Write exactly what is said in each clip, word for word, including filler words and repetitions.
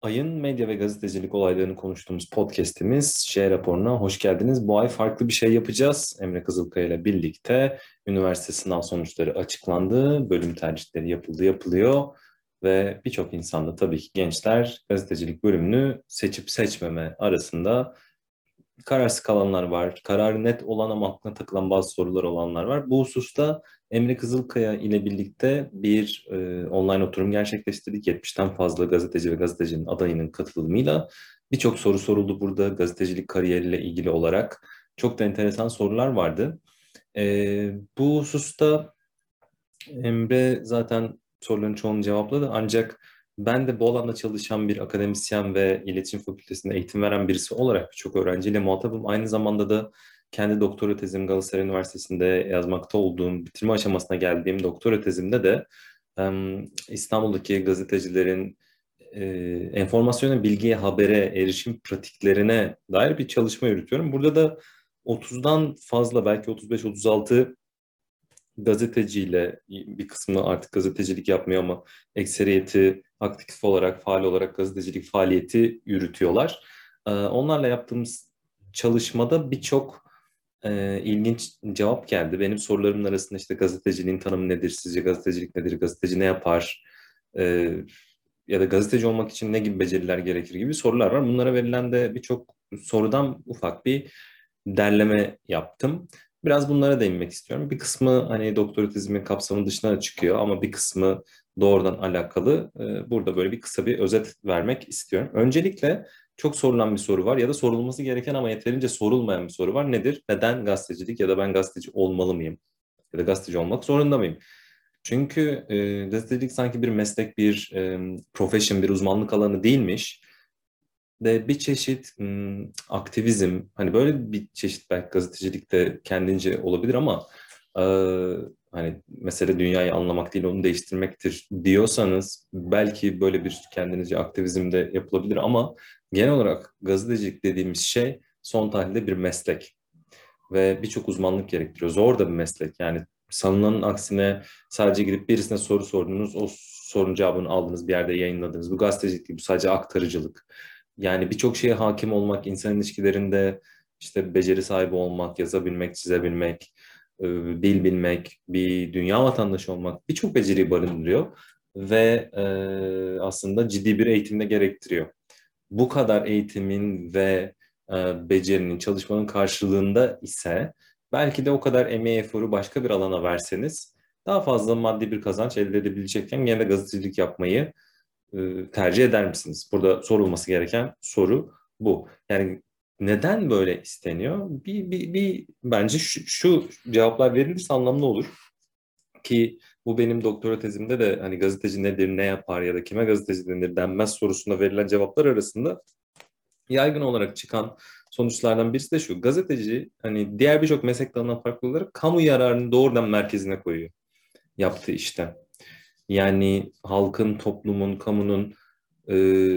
Ayın medya ve gazetecilik olaylarını konuştuğumuz podcast'imiz Şey Raporu'na hoş geldiniz. Bu ay farklı bir şey yapacağız. Emre Kızılkaya ile birlikte üniversite sınav sonuçları açıklandı. Bölüm tercihleri yapıldı, yapılıyor. Ve birçok insan da tabii ki gençler gazetecilik bölümünü seçip seçmeme arasında kararsız kalanlar var. Kararı net olan ama aklına takılan bazı sorular olanlar var. Bu hususta Emre Kızılkaya ile birlikte bir e, online oturum gerçekleştirdik. yetmişten fazla gazeteci ve gazetecinin adayının katılımıyla birçok soru soruldu burada gazetecilik kariyeriyle ilgili olarak. Çok da enteresan sorular vardı. E, bu hususta Emre zaten soruların çoğunu cevapladı. Ancak ben de bu alanda çalışan bir akademisyen ve iletişim fakültesinde eğitim veren birisi olarak birçok öğrenciyle muhatabım. Aynı zamanda da kendi doktora tezim Galatasaray Üniversitesi'nde yazmakta olduğum, bitirme aşamasına geldiğim doktora tezimde de em, İstanbul'daki gazetecilerin e, enformasyona, bilgiye, habere erişim pratiklerine dair bir çalışma yürütüyorum. Burada da otuzdan fazla, belki otuz beş otuz altı gazeteciyle, bir kısmı artık gazetecilik yapmıyor ama ekseriyeti aktif olarak, faal olarak gazetecilik faaliyeti yürütüyorlar. Ee, Onlarla yaptığımız çalışmada birçok e, ilginç cevap geldi. Benim sorularımın arasında işte gazeteciliğin tanımı nedir, sizce gazetecilik nedir, gazeteci ne yapar, Ee, ya da gazeteci olmak için ne gibi beceriler gerekir gibi sorular var. Bunlara verilen de birçok sorudan ufak bir derleme yaptım. Biraz bunlara değinmek istiyorum. Bir kısmı hani doktora tezimin kapsamı dışına çıkıyor ama bir kısmı doğrudan alakalı. Ee, Burada böyle bir kısa bir özet vermek istiyorum. Öncelikle çok sorulan bir soru var ya da sorulması gereken ama yeterince sorulmayan bir soru var. Nedir? Neden gazetecilik ya da ben gazeteci olmalı mıyım? Ya da gazeteci olmak zorunda mıyım? Çünkü e, gazetecilik sanki bir meslek, bir e, profession, bir uzmanlık alanı değilmiş de bir çeşit hmm, aktivizm, hani böyle bir çeşit belki gazetecilik de kendince olabilir ama e, hani mesele dünyayı anlamak değil onu değiştirmektir diyorsanız belki böyle bir kendince aktivizm de yapılabilir ama genel olarak gazetecilik dediğimiz şey son tahlilde bir meslek ve birçok uzmanlık gerektiriyor. Zor da bir meslek yani sanılanın aksine sadece gidip birisine soru sordunuz, o sorunun cevabını aldınız, bir yerde yayınladınız. Bu gazetecilik değil, bu sadece aktarıcılık. Yani birçok şeye hakim olmak, insan ilişkilerinde işte beceri sahibi olmak, yazabilmek, çizebilmek, e, dil bilmek, bir dünya vatandaşı olmak birçok beceriyi barındırıyor ve e, aslında ciddi bir eğitimde gerektiriyor. Bu kadar eğitimin ve e, becerinin, çalışmanın karşılığında ise belki de o kadar emeği, eforu başka bir alana verseniz daha fazla maddi bir kazanç elde edebilecekken gene de gazetecilik yapmayı e, tercih eder misiniz? Burada sorulması gereken soru bu. Yani neden böyle isteniyor? Bir, bir, bir bence şu, şu cevaplar verilirse anlamlı olur ki bu benim doktora tezimde de hani gazeteci nedir, ne yapar ya da kime gazeteci denir denmez sorusuna verilen cevaplar arasında yaygın olarak çıkan sonuçlardan birisi de şu. Gazeteci hani diğer birçok meslek dalından farklı olarak kamu yararını doğrudan merkezine koyuyor yaptığı işte. Yani halkın, toplumun, kamunun e,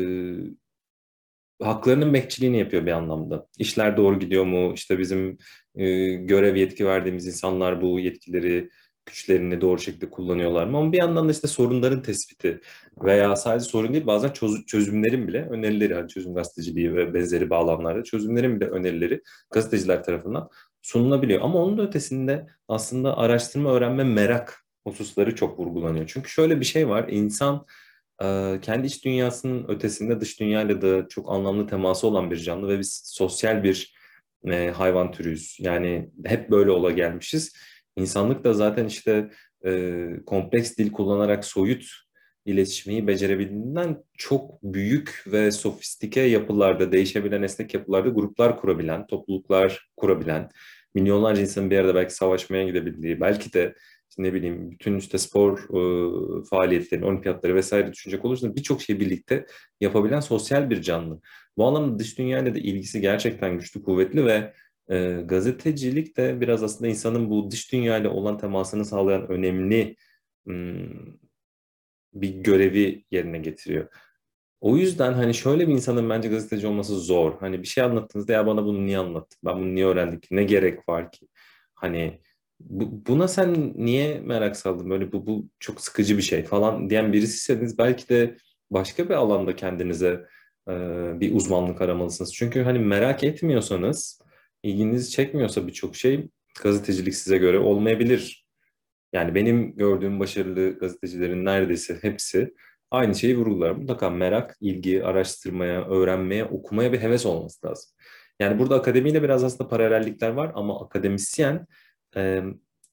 haklarının bekçiliğini yapıyor bir anlamda. İşler doğru gidiyor mu? İşte bizim e, görev yetki verdiğimiz insanlar bu yetkileri güçlerini doğru şekilde kullanıyorlar mı? Ama bir yandan da işte sorunların tespiti veya sadece sorun değil bazen çöz- çözümlerin bile önerileri, hani çözüm gazeteciliği ve benzeri bağlamlarda çözümlerin bile önerileri gazeteciler tarafından sunulabiliyor. Ama onun da ötesinde aslında araştırma, öğrenme, merak hususları çok vurgulanıyor. Çünkü şöyle bir şey var, insan ee, kendi iç dünyasının ötesinde dış dünyayla da çok anlamlı teması olan bir canlı ve biz sosyal bir e, hayvan türüyüz. Yani hep böyle ola gelmişiz. İnsanlık da zaten işte e, kompleks dil kullanarak soyut iletişimi becerebildiğinden çok büyük ve sofistike yapılarda, değişebilen esnek yapılarda gruplar kurabilen, topluluklar kurabilen, milyonlarca insanın bir arada belki savaşmaya gidebildiği, belki de işte ne bileyim bütün işte spor e, faaliyetlerini, olimpiyatları vesaire düşünecek olursanız birçok şeyi birlikte yapabilen sosyal bir canlı. Bu anlamda dış dünyayla da ilgisi gerçekten güçlü, kuvvetli ve e, gazetecilik de biraz aslında insanın bu dış dünyayla olan temasını sağlayan önemli hmm, bir görevi yerine getiriyor. O yüzden hani şöyle bir insanın bence gazeteci olması zor. Hani bir şey anlattığınızda ya bana bunu niye anlattın? Ben bunu niye öğrendik? Ne gerek var ki? Hani bu- buna sen niye merak saldın? Böyle bu, bu çok sıkıcı bir şey falan diyen birisiyseniz belki de başka bir alanda kendinize e, bir uzmanlık aramalısınız. Çünkü hani merak etmiyorsanız, ilginizi çekmiyorsa birçok şey, gazetecilik size göre olmayabilir. Yani benim gördüğüm başarılı gazetecilerin neredeyse hepsi aynı şeyi vurgular. Mutlaka merak, ilgi, araştırmaya, öğrenmeye, okumaya bir heves olması lazım. Yani burada akademiyle biraz aslında paralellikler var ama akademisyen e,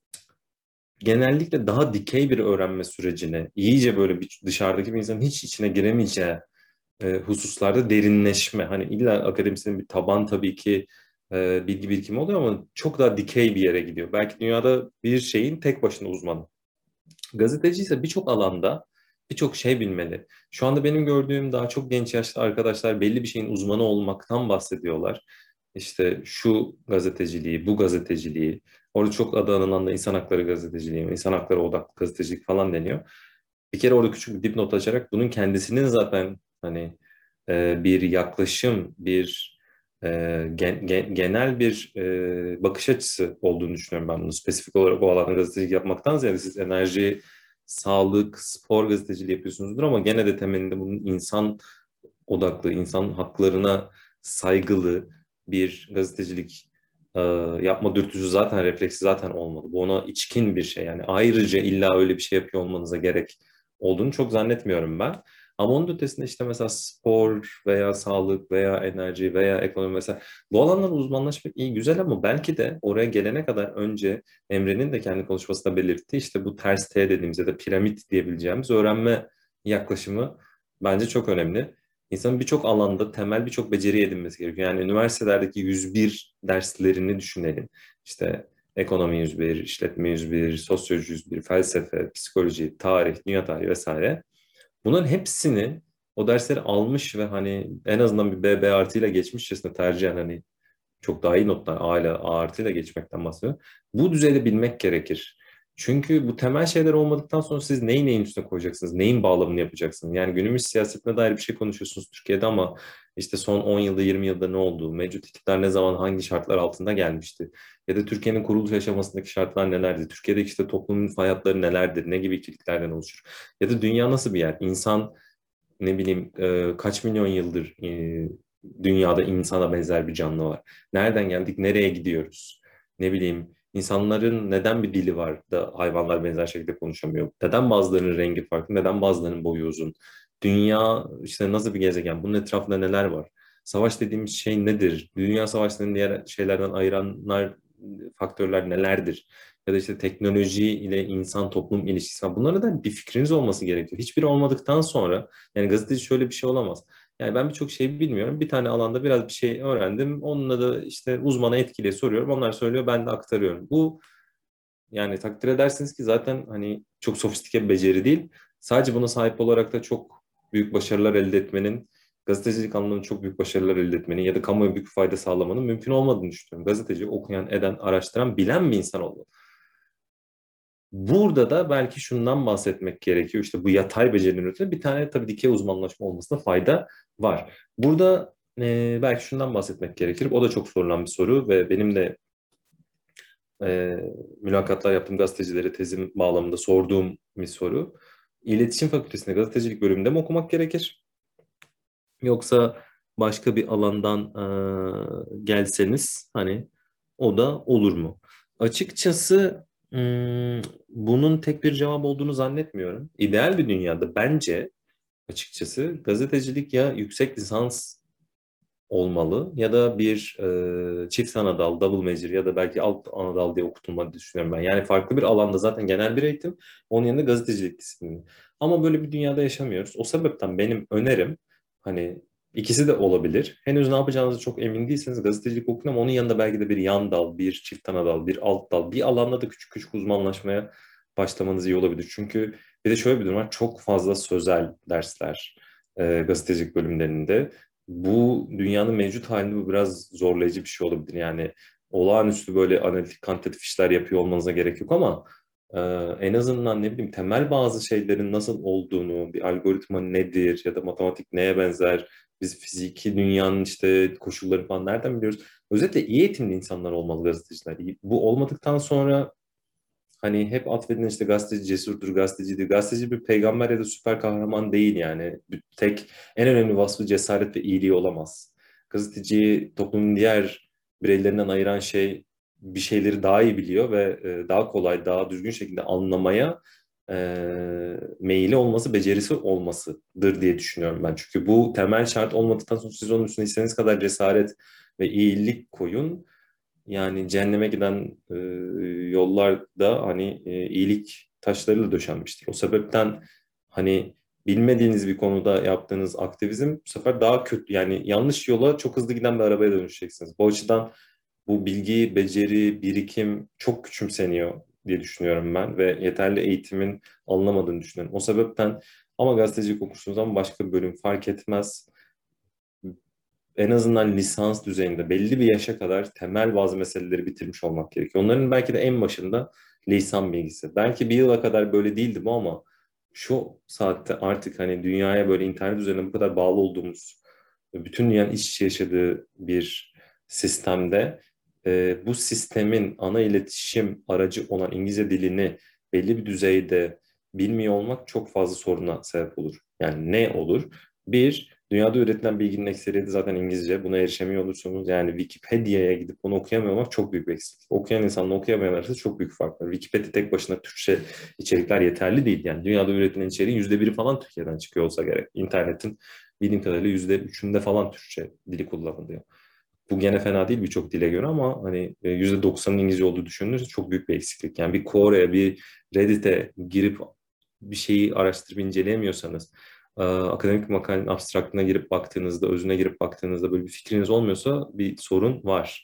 genellikle daha dikey bir öğrenme sürecine, iyice böyle bir dışarıdaki bir insanın hiç içine giremeyeceği e, hususlarda derinleşme. Hani illa akademisyenin bir taban tabii ki e, bilgi birikimi oluyor ama çok daha dikey bir yere gidiyor. Belki dünyada bir şeyin tek başına uzmanı. Gazeteci ise birçok alanda birçok şey bilmeli. Şu anda benim gördüğüm daha çok genç yaşlı arkadaşlar belli bir şeyin uzmanı olmaktan bahsediyorlar. İşte şu gazeteciliği, bu gazeteciliği, orada çok adı anılan da insan hakları gazeteciliği, insan hakları odaklı gazetecilik falan deniyor. Bir kere orada küçük bir dipnot açarak bunun kendisinin zaten hani e, bir yaklaşım, bir e, gen- gen- genel bir e, bakış açısı olduğunu düşünüyorum ben bunu. Spesifik olarak o alanda gazetecilik yapmaktan ziyade siz enerji, sağlık, spor gazeteciliği yapıyorsunuzdur ama gene de temelinde bunun insan odaklı, insan haklarına saygılı bir gazetecilik e, yapma dürtüsü zaten, refleksi zaten olmalı. Bu ona içkin bir şey. Yani ayrıca illa öyle bir şey yapıyor olmanıza gerek olduğunu çok zannetmiyorum ben. Ama onun ötesinde işte mesela spor veya sağlık veya enerji veya ekonomi, mesela bu alanlarda uzmanlaşmak iyi güzel ama belki de oraya gelene kadar önce Emre'nin de kendi konuşmasında belirttiği işte bu ters T dediğimiz ya da piramit diyebileceğimiz öğrenme yaklaşımı bence çok önemli. İnsanın birçok alanda temel birçok beceri edinmesi gerekiyor. Yani üniversitelerdeki yüz bir derslerini düşünelim. İşte ekonomi yüz bir, işletme yüz bir, sosyoloji yüz bir, felsefe, psikoloji, tarih, dünya tarihi vesaire. Bunların hepsini o dersleri almış ve hani en azından bir B, B artıyla geçmişçesine tercihen hani çok daha iyi notlar A ile A artıyla geçmekten bahsediyor. Bu düzeyde bilmek gerekir. Çünkü bu temel şeyler olmadıktan sonra siz neyi neyin üstüne koyacaksınız? Neyin bağlamını yapacaksınız? Yani günümüz siyasetine dair bir şey konuşuyorsunuz Türkiye'de ama işte son on yılda yirmi yılda ne oldu? Mevcut iktidar ne zaman hangi şartlar altında gelmişti? Ya da Türkiye'nin kuruluş aşamasındaki şartlar nelerdi? Türkiye'deki işte toplumun hayatları nelerdir? Ne gibi ikiliklerden oluşur? Ya da dünya nasıl bir yer? İnsan ne bileyim e, kaç milyon yıldır e, dünyada insana benzer bir canlı var. Nereden geldik, nereye gidiyoruz? Ne bileyim insanların neden bir dili var da hayvanlar benzer şekilde konuşamıyor? Neden bazılarının rengi farklı, neden bazılarının boyu uzun? Dünya işte nasıl bir gezegen? Bunun etrafında neler var? Savaş dediğimiz şey nedir? Dünya savaşlarını diğer şeylerden ayıranlar, faktörler nelerdir? Ya da işte teknoloji ile insan toplum ilişkisi var. Bunlara da bir fikriniz olması gerekiyor. Hiçbiri olmadıktan sonra yani gazeteci şöyle bir şey olamaz. Yani ben birçok şey bilmiyorum. Bir tane alanda biraz bir şey öğrendim. Onunla da işte uzmana etkili soruyorum. Onlar söylüyor, ben de aktarıyorum. Bu yani takdir edersiniz ki zaten hani çok sofistike bir beceri değil. Sadece buna sahip olarak da çok büyük başarılar elde etmenin, gazetecilik anlamında çok büyük başarılar elde etmenin ya da kamuoya büyük fayda sağlamanın mümkün olmadığını düşünüyorum. Gazeteci okuyan, eden, araştıran, bilen bir insan olmalı. Burada da belki şundan bahsetmek gerekiyor. İşte bu yatay becerinin ötesinde bir tane tabii dikey uzmanlaşma olmasına fayda var. Burada e, belki şundan bahsetmek gerekir. O da çok sorulan bir soru ve benim de e, mülakatlar yaptığım gazetecilere tezim bağlamında sorduğum bir soru. İletişim Fakültesi'nde gazetecilik bölümünde mi okumak gerekir? Yoksa başka bir alandan e, gelseniz hani o da olur mu? Açıkçası hmm, bunun tek bir cevap olduğunu zannetmiyorum. İdeal bir dünyada bence açıkçası gazetecilik ya yüksek lisans olmalı ya da bir e, çift ana dal, double major ya da belki alt ana dal diye okutulmalı düşünüyorum ben. Yani farklı bir alanda zaten genel bir eğitim, onun yanında gazetecilik disiplini. Ama böyle bir dünyada yaşamıyoruz. O sebepten benim önerim hani ikisi de olabilir. Henüz ne yapacağınızı çok emin değilseniz gazetecilik okuyun ama onun yanında belki de bir yan dal, bir çift ana dal, bir alt dal, bir alanda da küçük küçük uzmanlaşmaya başlamanız iyi olabilir. Çünkü bir de şöyle bir durum var. Çok fazla sözel dersler e, gazetecilik bölümlerinde, bu dünyanın mevcut halinde bu biraz zorlayıcı bir şey olabilir. Yani olağanüstü böyle analitik kantitatif işler yapıyor olmanıza gerek yok ama e, en azından ne bileyim temel bazı şeylerin nasıl olduğunu, bir algoritma nedir ya da matematik neye benzer, biz fiziki dünyanın işte koşulları falan nereden biliyoruz? Özetle iyi eğitimli insanlar olmalı gazeteciler. Bu olmadıktan sonra hani hep atfedilen işte gazeteci cesurdur, gazetecidir. Gazeteci bir peygamber ya da süper kahraman değil yani. Bir- Tek en önemli vasfı cesaret ve iyiliği olamaz. Gazeteciyi toplumun diğer bireylerinden ayıran şey bir şeyleri daha iyi biliyor ve e, daha kolay, daha düzgün şekilde anlamaya e, meyili olması, becerisi olmasıdır diye düşünüyorum ben. Çünkü bu temel şart olmadıktan sonra siz onun üstüne istediğiniz kadar cesaret ve iyilik koyun. Yani cehenneme giden e, yollarda hani e, iyilik taşlarıyla döşenmiştir. O sebepten hani bilmediğiniz bir konuda yaptığınız aktivizm bu sefer daha kötü, yani yanlış yola çok hızlı giden bir arabaya dönüşeceksiniz. Bu açıdan bu bilgi, beceri, birikim çok küçümseniyor diye düşünüyorum ben ve yeterli eğitimin alınamadığını düşünüyorum. O sebepten ama gazetecilik okursunuz ama başka bir bölüm fark etmez, en azından lisans düzeyinde belli bir yaşa kadar temel bazı meseleleri bitirmiş olmak gerekiyor. Onların belki de en başında lisan bilgisi. Belki bir yıla kadar böyle değildi bu ama şu saatte artık hani dünyaya böyle internet üzerine bu kadar bağlı olduğumuz, bütün dünyanın iç içe yaşadığı bir sistemde e, bu sistemin ana iletişim aracı olan İngilizce dilini belli bir düzeyde bilmiyor olmak çok fazla soruna sebep olur. Yani ne olur? Bir, dünyada üretilen bilginin ekseriyeti zaten İngilizce. Buna erişemiyor olursanız yani Wikipedia'ya gidip bunu okuyamıyor olmak çok büyük bir eksiklik. Okuyan insanla okuyamayan arasında çok büyük fark var. Wikipedia tek başına Türkçe içerikler yeterli değil. Yani dünyada üretilen içeriğin yüzde biri falan Türkiye'den çıkıyor olsa gerek. İnternetin bildiğim kadarıyla yüzde üçünde falan Türkçe dili kullanılıyor. Bu gene fena değil birçok dile göre ama hani e, yüzde doksanın İngilizce olduğu düşünülürse çok büyük bir eksiklik. Yani bir Quore'ye, bir Reddit'e girip bir şeyi araştırıp inceleyemiyorsanız, e, akademik makalenin abstraktına girip baktığınızda, özüne girip baktığınızda böyle bir fikriniz olmuyorsa bir sorun var.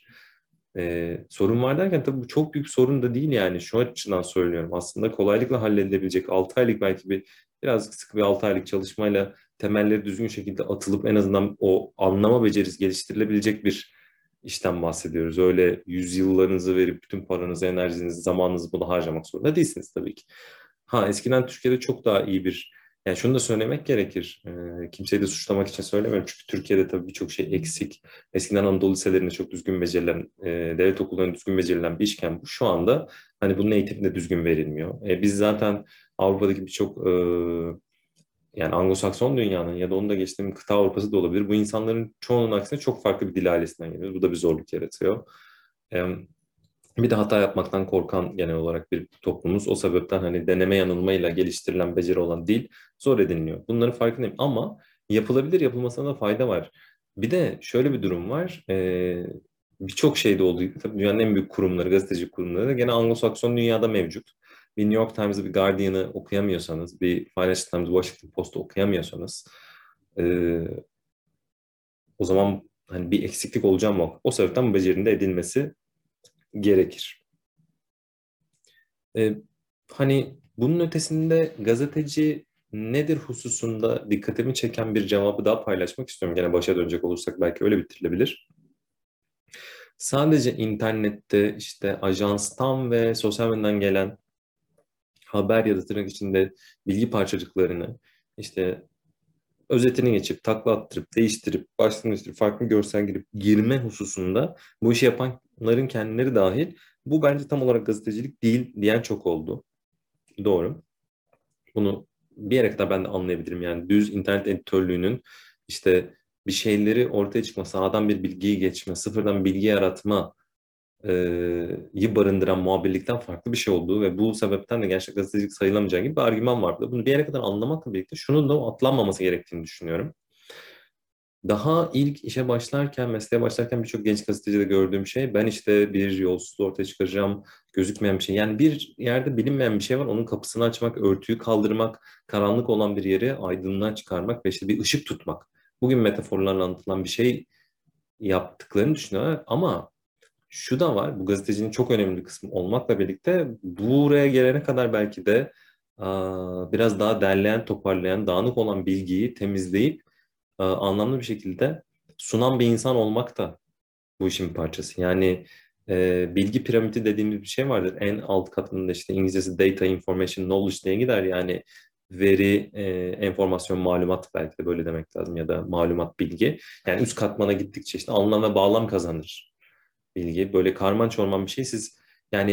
E, sorun var derken tabii bu çok büyük sorun da değil yani. Şu açıdan söylüyorum. Aslında kolaylıkla halledilebilecek altı aylık belki bir birazcık sıkı bir altı aylık çalışmayla temelleri düzgün şekilde atılıp en azından o anlama becerisi geliştirilebilecek bir işten bahsediyoruz. Öyle yüzyıllarınızı verip bütün paranızı, enerjinizi, zamanınızı buna harcamak zorunda değilsiniz tabii ki. Ha, eskiden Türkiye'de çok daha iyi bir, yani şunu da söylemek gerekir. Ee, kimseyi de suçlamak için söylemiyorum. Çünkü Türkiye'de tabii birçok şey eksik. Eskiden Anadolu liselerinde çok düzgün becerilen, e, devlet okullarında düzgün becerilen bir işken bu. Şu anda hani bunun eğitimi de düzgün verilmiyor. E, biz zaten Avrupa'daki birçok e, yani Anglo-Sakson dünyanın ya da onu da geçtiğim kıta Avrupa'sı da olabilir. Bu insanların çoğunun aksine çok farklı bir dil ailesinden geliyoruz. Bu da bir zorluk yaratıyor. Ee, Bir de hata yapmaktan korkan genel olarak bir toplumuz. O sebepten hani deneme yanılmayla geliştirilen beceri olan dil zor ediniliyor. Bunların farkındayım ama yapılabilir, yapılmasına da fayda var. Bir de şöyle bir durum var. Ee, birçok şeyde olduğu gibi tabii dünyanın en büyük kurumları, gazeteci kurumları da gene Anglo-Sakson dünyada mevcut. Bir New York Times'ı, bir Guardian'ı okuyamıyorsanız, bir Financial Times, Washington Post'u okuyamıyorsanız e, o zaman hani bir eksiklik olacağı mı? O sebepten bu becerinin de edilmesi gerekir. E, Hani bunun ötesinde gazeteci nedir hususunda dikkatimi çeken bir cevabı daha paylaşmak istiyorum. Gene başa dönecek olursak belki öyle bitirilebilir. Sadece internette işte ajanstan ve sosyal medyadan gelen haber ya da tırnak içinde bilgi parçacıklarını işte özetini geçip takla attırıp değiştirip başlığını değiştirip farklı görsel girip girme hususunda bu işi yapanların kendileri dahil bu bence tam olarak gazetecilik değil diyen çok oldu. Doğru. Bunu bir yere kadar ben de anlayabilirim. Yani düz internet editörlüğünün işte bir şeyleri ortaya çıkma, sağdan bir bilgiyi geçme, sıfırdan bilgi yaratma e, yi barındıran muhabirlikten farklı bir şey olduğu ve bu sebepten de gerçek gazetecilik sayılamayacağı gibi bir argüman vardı. Bunu bir yere kadar anlamakla birlikte şunun da atlanmaması gerektiğini düşünüyorum. Daha ilk işe başlarken, mesleğe başlarken birçok genç gazetecide gördüğüm şey ben işte bir yolsuzluğu ortaya çıkaracağım, gözükmeyen bir şey. Yani bir yerde bilinmeyen bir şey var, onun kapısını açmak, örtüyü kaldırmak, karanlık olan bir yeri aydınlığa çıkarmak ve işte bir ışık tutmak. Bugün metaforlarla anlatılan bir şey yaptıklarını düşünüyorlar ama şu da var, bu gazetecinin çok önemli bir kısmı olmakla birlikte buraya gelene kadar belki de aa, biraz daha derleyen, toparlayan, dağınık olan bilgiyi temizleyip e, anlamlı bir şekilde sunan bir insan olmak da bu işin bir parçası. Yani e, bilgi piramidi dediğimiz bir şey vardır. En alt katında işte İngilizcesi data, information, knowledge diye gider. Yani veri, e, enformasyon, malumat belki de böyle demek lazım ya da malumat, bilgi. Yani üst katmana gittikçe işte anlam ve bağlam kazanır bilgi. Böyle karman çorman bir şey. Siz yani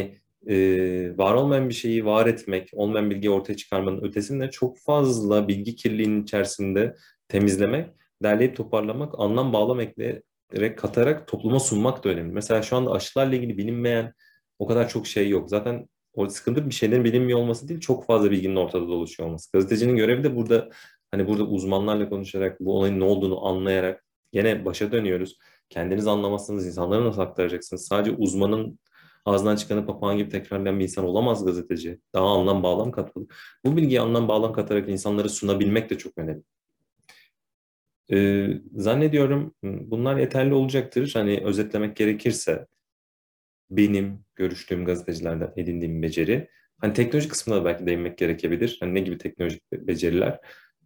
e, var olmayan bir şeyi var etmek, olmayan bilgiyi ortaya çıkarmanın ötesinde çok fazla bilgi kirliliğinin içerisinde temizlemek, derleyip toparlamak, anlam bağlam ekleyerek, katarak topluma sunmak da önemli. Mesela şu anda aşılarla ilgili bilinmeyen o kadar çok şey yok. Zaten o sıkıntı bir şeylerin bilinmiyor olması değil, çok fazla bilginin ortada dolaşıyor olması. Gazetecinin görevi de burada, hani burada uzmanlarla konuşarak, bu olayın ne olduğunu anlayarak, gene başa dönüyoruz. Kendiniz anlamazsanız insanlara nasıl aktaracaksınız? Sadece uzmanın ağzından çıkanı papağan gibi tekrarlayan bir insan olamaz gazeteci. Daha anlam bağlam katmalı. Bu bilgiyi anlam bağlam katarak insanlara sunabilmek de çok önemli. Ee, zannediyorum bunlar yeterli olacaktır. Hani özetlemek gerekirse benim görüştüğüm gazetecilerden edindiğim beceri. Hani teknoloji kısmına da belki değinmek gerekebilir. Hani ne gibi teknolojik beceriler?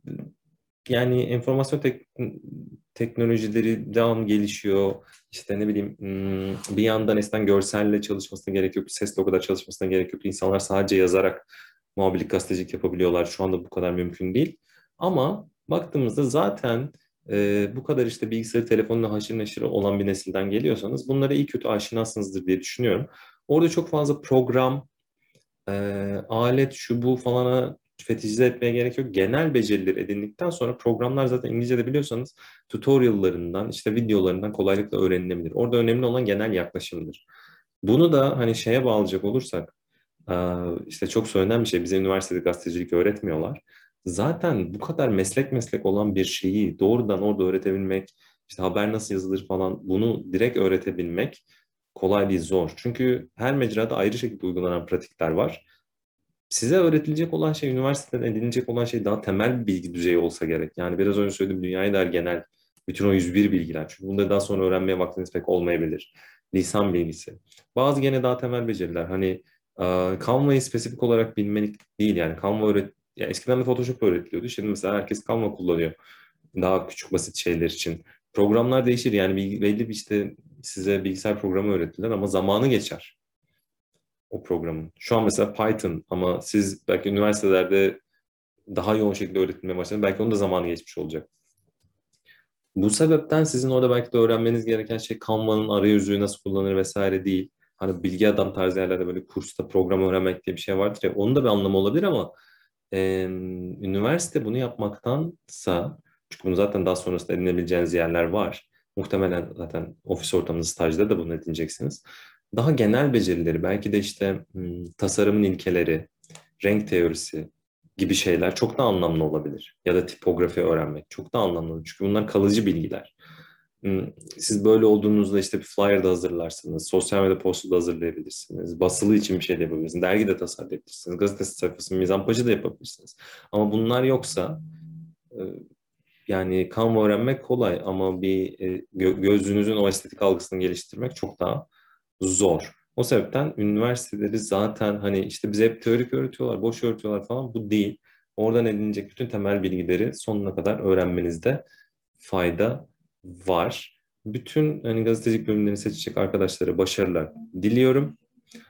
Yani enformasyon tek teknolojileri devam gelişiyor. İşte ne bileyim hmm, bir yandan eskiden görselle çalışmasına gerek yok, sesle o kadar çalışmasına gerek yok. İnsanlar sadece yazarak muhabirlik, gazetecilik yapabiliyorlar. Şu anda bu kadar mümkün değil. Ama baktığımızda zaten e, bu kadar işte bilgisayarı, telefonla haşır neşir olan bir nesilden geliyorsanız bunlara iyi kötü aşinasınızdır diye düşünüyorum. Orada çok fazla program, e, alet, şu bu falana fetišize etmeye gerek yok. Genel becerileri edindikten sonra programlar zaten İngilizce de biliyorsanız tutoriallarından, işte videolarından kolaylıkla öğrenilebilir. Orada önemli olan genel yaklaşımdır. Bunu da hani şeye bağlayacak olursak, e, işte çok söylenen bir şey, bize üniversitede gazetecilik öğretmiyorlar. Zaten bu kadar meslek meslek olan bir şeyi doğrudan orada öğretebilmek, işte haber nasıl yazılır falan, bunu direkt öğretebilmek kolay değil, zor. Çünkü her mecrada ayrı şekilde uygulanan pratikler var. Size öğretilecek olan şey, üniversiteden edinilecek olan şey daha temel bir bilgi düzeyi olsa gerek. Yani biraz önce söylediğim dünyaya dair genel, bütün o yüz bir bilgiler. Çünkü bunları daha sonra öğrenmeye vaktiniz pek olmayabilir. Lisan bilgisi. Bazı gene daha temel beceriler. Hani e, Canva'yı spesifik olarak bilmelik değil yani. Canva öğret ya eskiden de Photoshop öğretiliyordu. Şimdi mesela herkes Canva kullanıyor. Daha küçük basit şeyler için. Programlar değişir yani, bilgi- belli bir işte size bilgisayar programı öğretirler ama zamanı geçer o programın. Şu an mesela Python, ama siz belki üniversitelerde daha yoğun şekilde öğretilmeye başladınız. Belki onun da zamanı geçmiş olacak. Bu sebepten sizin orada belki de öğrenmeniz gereken şey Canva'nın arayüzü nasıl kullanılır vesaire değil. Hani bilgi adam tarzı yerlerde böyle kursta program öğrenmek diye bir şey vardır ya, onun da bir anlamı olabilir ama e, üniversite bunu yapmaktansa, çünkü bunu zaten daha sonrasında edinebileceğiniz yerler var. Muhtemelen zaten ofis ortamında, stajda da bunu edineceksiniz. Daha genel becerileri, belki de işte hmm, tasarımın ilkeleri, renk teorisi gibi şeyler çok da anlamlı olabilir. Ya da tipografi öğrenmek çok da anlamlı. Çünkü bunlar kalıcı bilgiler. Hmm, Siz böyle olduğunuzda işte bir flyer da hazırlarsınız, sosyal medya postu da hazırlayabilirsiniz, basılı için bir şey de yapabilirsiniz, dergi de tasarlayabilirsiniz, gazete sayfası, mizampajı da yapabilirsiniz. Ama bunlar yoksa e, yani Canva öğrenmek kolay ama bir e, gö- gözünüzün o estetik algısını geliştirmek çok daha zor. O sebepten üniversiteleri zaten hani işte bize hep teorik öğretiyorlar, boş öğretiyorlar falan, bu değil. Oradan edinecek bütün temel bilgileri sonuna kadar öğrenmenizde fayda var. Bütün hani gazetecilik bölümlerini seçecek arkadaşlara başarılar diliyorum.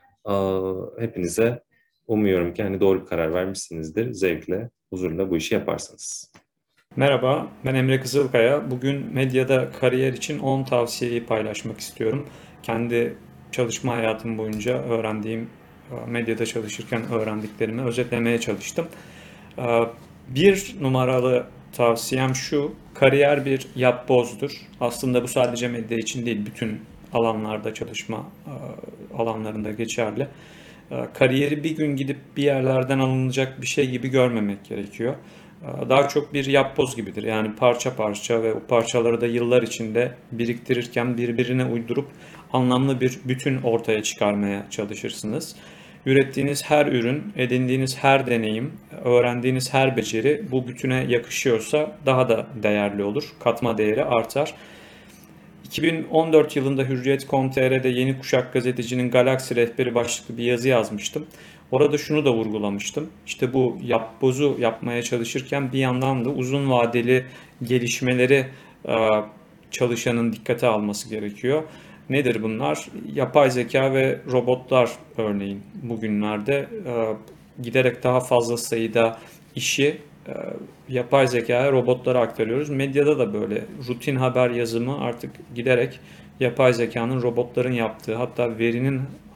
Aa, hepinize umuyorum ki hani doğru bir karar vermişsinizdir. Zevkle, huzurla bu işi yaparsınız. Merhaba, ben Emre Kızılkaya. Bugün medyada kariyer için on tavsiyeyi paylaşmak istiyorum. Kendi çalışma hayatım boyunca öğrendiğim, medyada çalışırken öğrendiklerimi özetlemeye çalıştım. Ee, Bir numaralı tavsiyem şu, kariyer bir yapbozdur. Aslında bu sadece medya için değil, bütün alanlarda çalışma e, alanlarında geçerli. E, Kariyeri bir gün gidip bir yerlerden alınacak bir şey gibi görmemek gerekiyor. E, Daha çok bir yapboz gibidir. Yani parça parça ve o parçaları da yıllar içinde biriktirirken birbirine uydurup anlamlı bir bütün ortaya çıkarmaya çalışırsınız. Ürettiğiniz her ürün, edindiğiniz her deneyim, öğrendiğiniz her beceri bu bütüne yakışıyorsa daha da değerli olur. Katma değeri artar. iki bin on dört yılında Hürriyet nokta com nokta tr'de Yeni Kuşak Gazetecinin Galaksi Rehberi başlıklı bir yazı yazmıştım. Orada şunu da vurgulamıştım. İşte bu yapbozu yapmaya çalışırken bir yandan da uzun vadeli gelişmeleri e, çalışanın dikkate alması gerekiyor. Nedir bunlar? Yapay zeka ve robotlar örneğin bugünlerde e, giderek daha fazla sayıda işi e, yapay zekaya, robotlara aktarıyoruz. Medyada da böyle rutin haber yazımı artık giderek yapay zekanın, robotların yaptığı, hatta verinin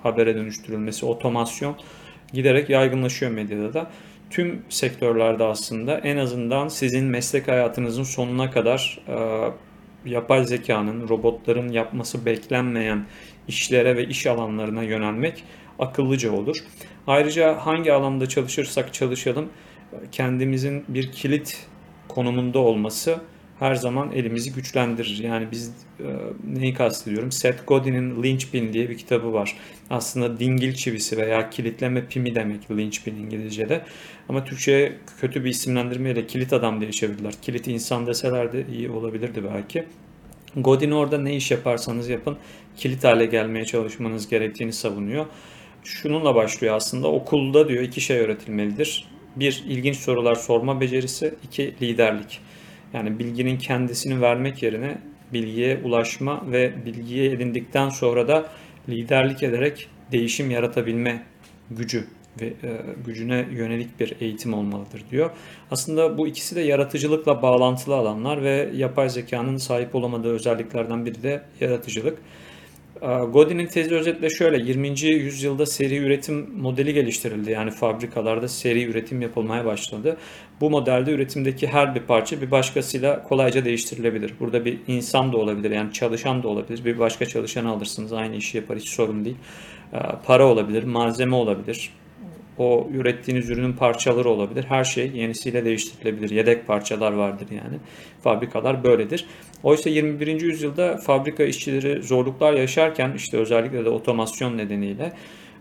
habere dönüştürülmesi, otomasyon giderek yaygınlaşıyor medyada da. Tüm sektörlerde aslında en azından sizin meslek hayatınızın sonuna kadar e, yapay zekanın, robotların yapması beklenmeyen işlere ve iş alanlarına yönelmek akıllıca olur. Ayrıca hangi alanda çalışırsak çalışalım kendimizin bir kilit konumunda olması her zaman elimizi güçlendirir. Yani biz e, neyi kastediyorum? Seth Godin'in Linchpin diye bir kitabı var. Aslında dingil çivisi veya kilitleme pimi demek Linchpin İngilizce'de. Ama Türkçe'ye kötü bir isimlendirmeyle kilit adam diye çevirdiler. Kilit insan deseler de iyi olabilirdi belki. Godin orada ne iş yaparsanız yapın kilit hale gelmeye çalışmanız gerektiğini savunuyor. Şununla başlıyor aslında. Okulda diyor iki şey öğretilmelidir. Bir, ilginç sorular sorma becerisi. İki, liderlik. Yani bilginin kendisini vermek yerine bilgiye ulaşma ve bilgiyi edindikten sonra da liderlik ederek değişim yaratabilme gücü ve e, gücüne yönelik bir eğitim olmalıdır diyor. Aslında bu ikisi de yaratıcılıkla bağlantılı alanlar ve yapay zekanın sahip olamadığı özelliklerden biri de yaratıcılık. Godin'in tezi özetle şöyle, yirminci yüzyılda seri üretim modeli geliştirildi. Yani fabrikalarda seri üretim yapılmaya başladı. Bu modelde üretimdeki her bir parça bir başkasıyla kolayca değiştirilebilir. Burada bir insan da olabilir, yani çalışan da olabilir. Bir başka çalışanı alırsınız, aynı işi yapar, hiç sorun değil. Para olabilir, malzeme olabilir. O ürettiğiniz ürünün parçaları olabilir. Her şey yenisiyle değiştirilebilir. Yedek parçalar vardır yani. Fabrikalar böyledir. Oysa yirmi birinci yüzyılda fabrika işçileri zorluklar yaşarken işte özellikle de otomasyon nedeniyle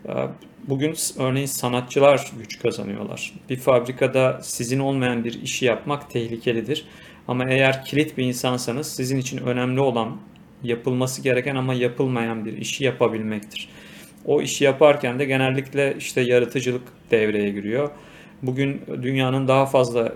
bugün örneğin sanatçılar güç kazanıyorlar. Bir fabrikada sizin olmayan bir işi yapmak tehlikelidir. Ama eğer kilit bir insansanız sizin için önemli olan yapılması gereken ama yapılmayan bir işi yapabilmektir. O işi yaparken de genellikle işte yaratıcılık devreye giriyor. Bugün dünyanın daha fazla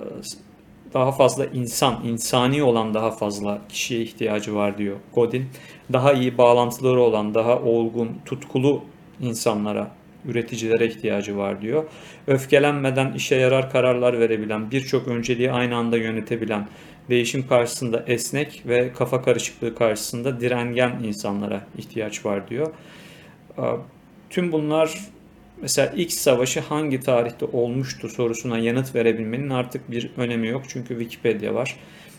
daha fazla insan, insani olan daha fazla kişiye ihtiyacı var diyor Godin. Daha iyi bağlantıları olan, daha olgun, tutkulu insanlara, üreticilere ihtiyacı var diyor. Öfkelenmeden işe yarar kararlar verebilen, birçok önceliği aynı anda yönetebilen, değişim karşısında esnek ve kafa karışıklığı karşısında direngen insanlara ihtiyaç var diyor. Tüm bunlar mesela X savaşı hangi tarihte olmuştu sorusuna yanıt verebilmenin artık bir önemi yok. Çünkü Wikipedia var.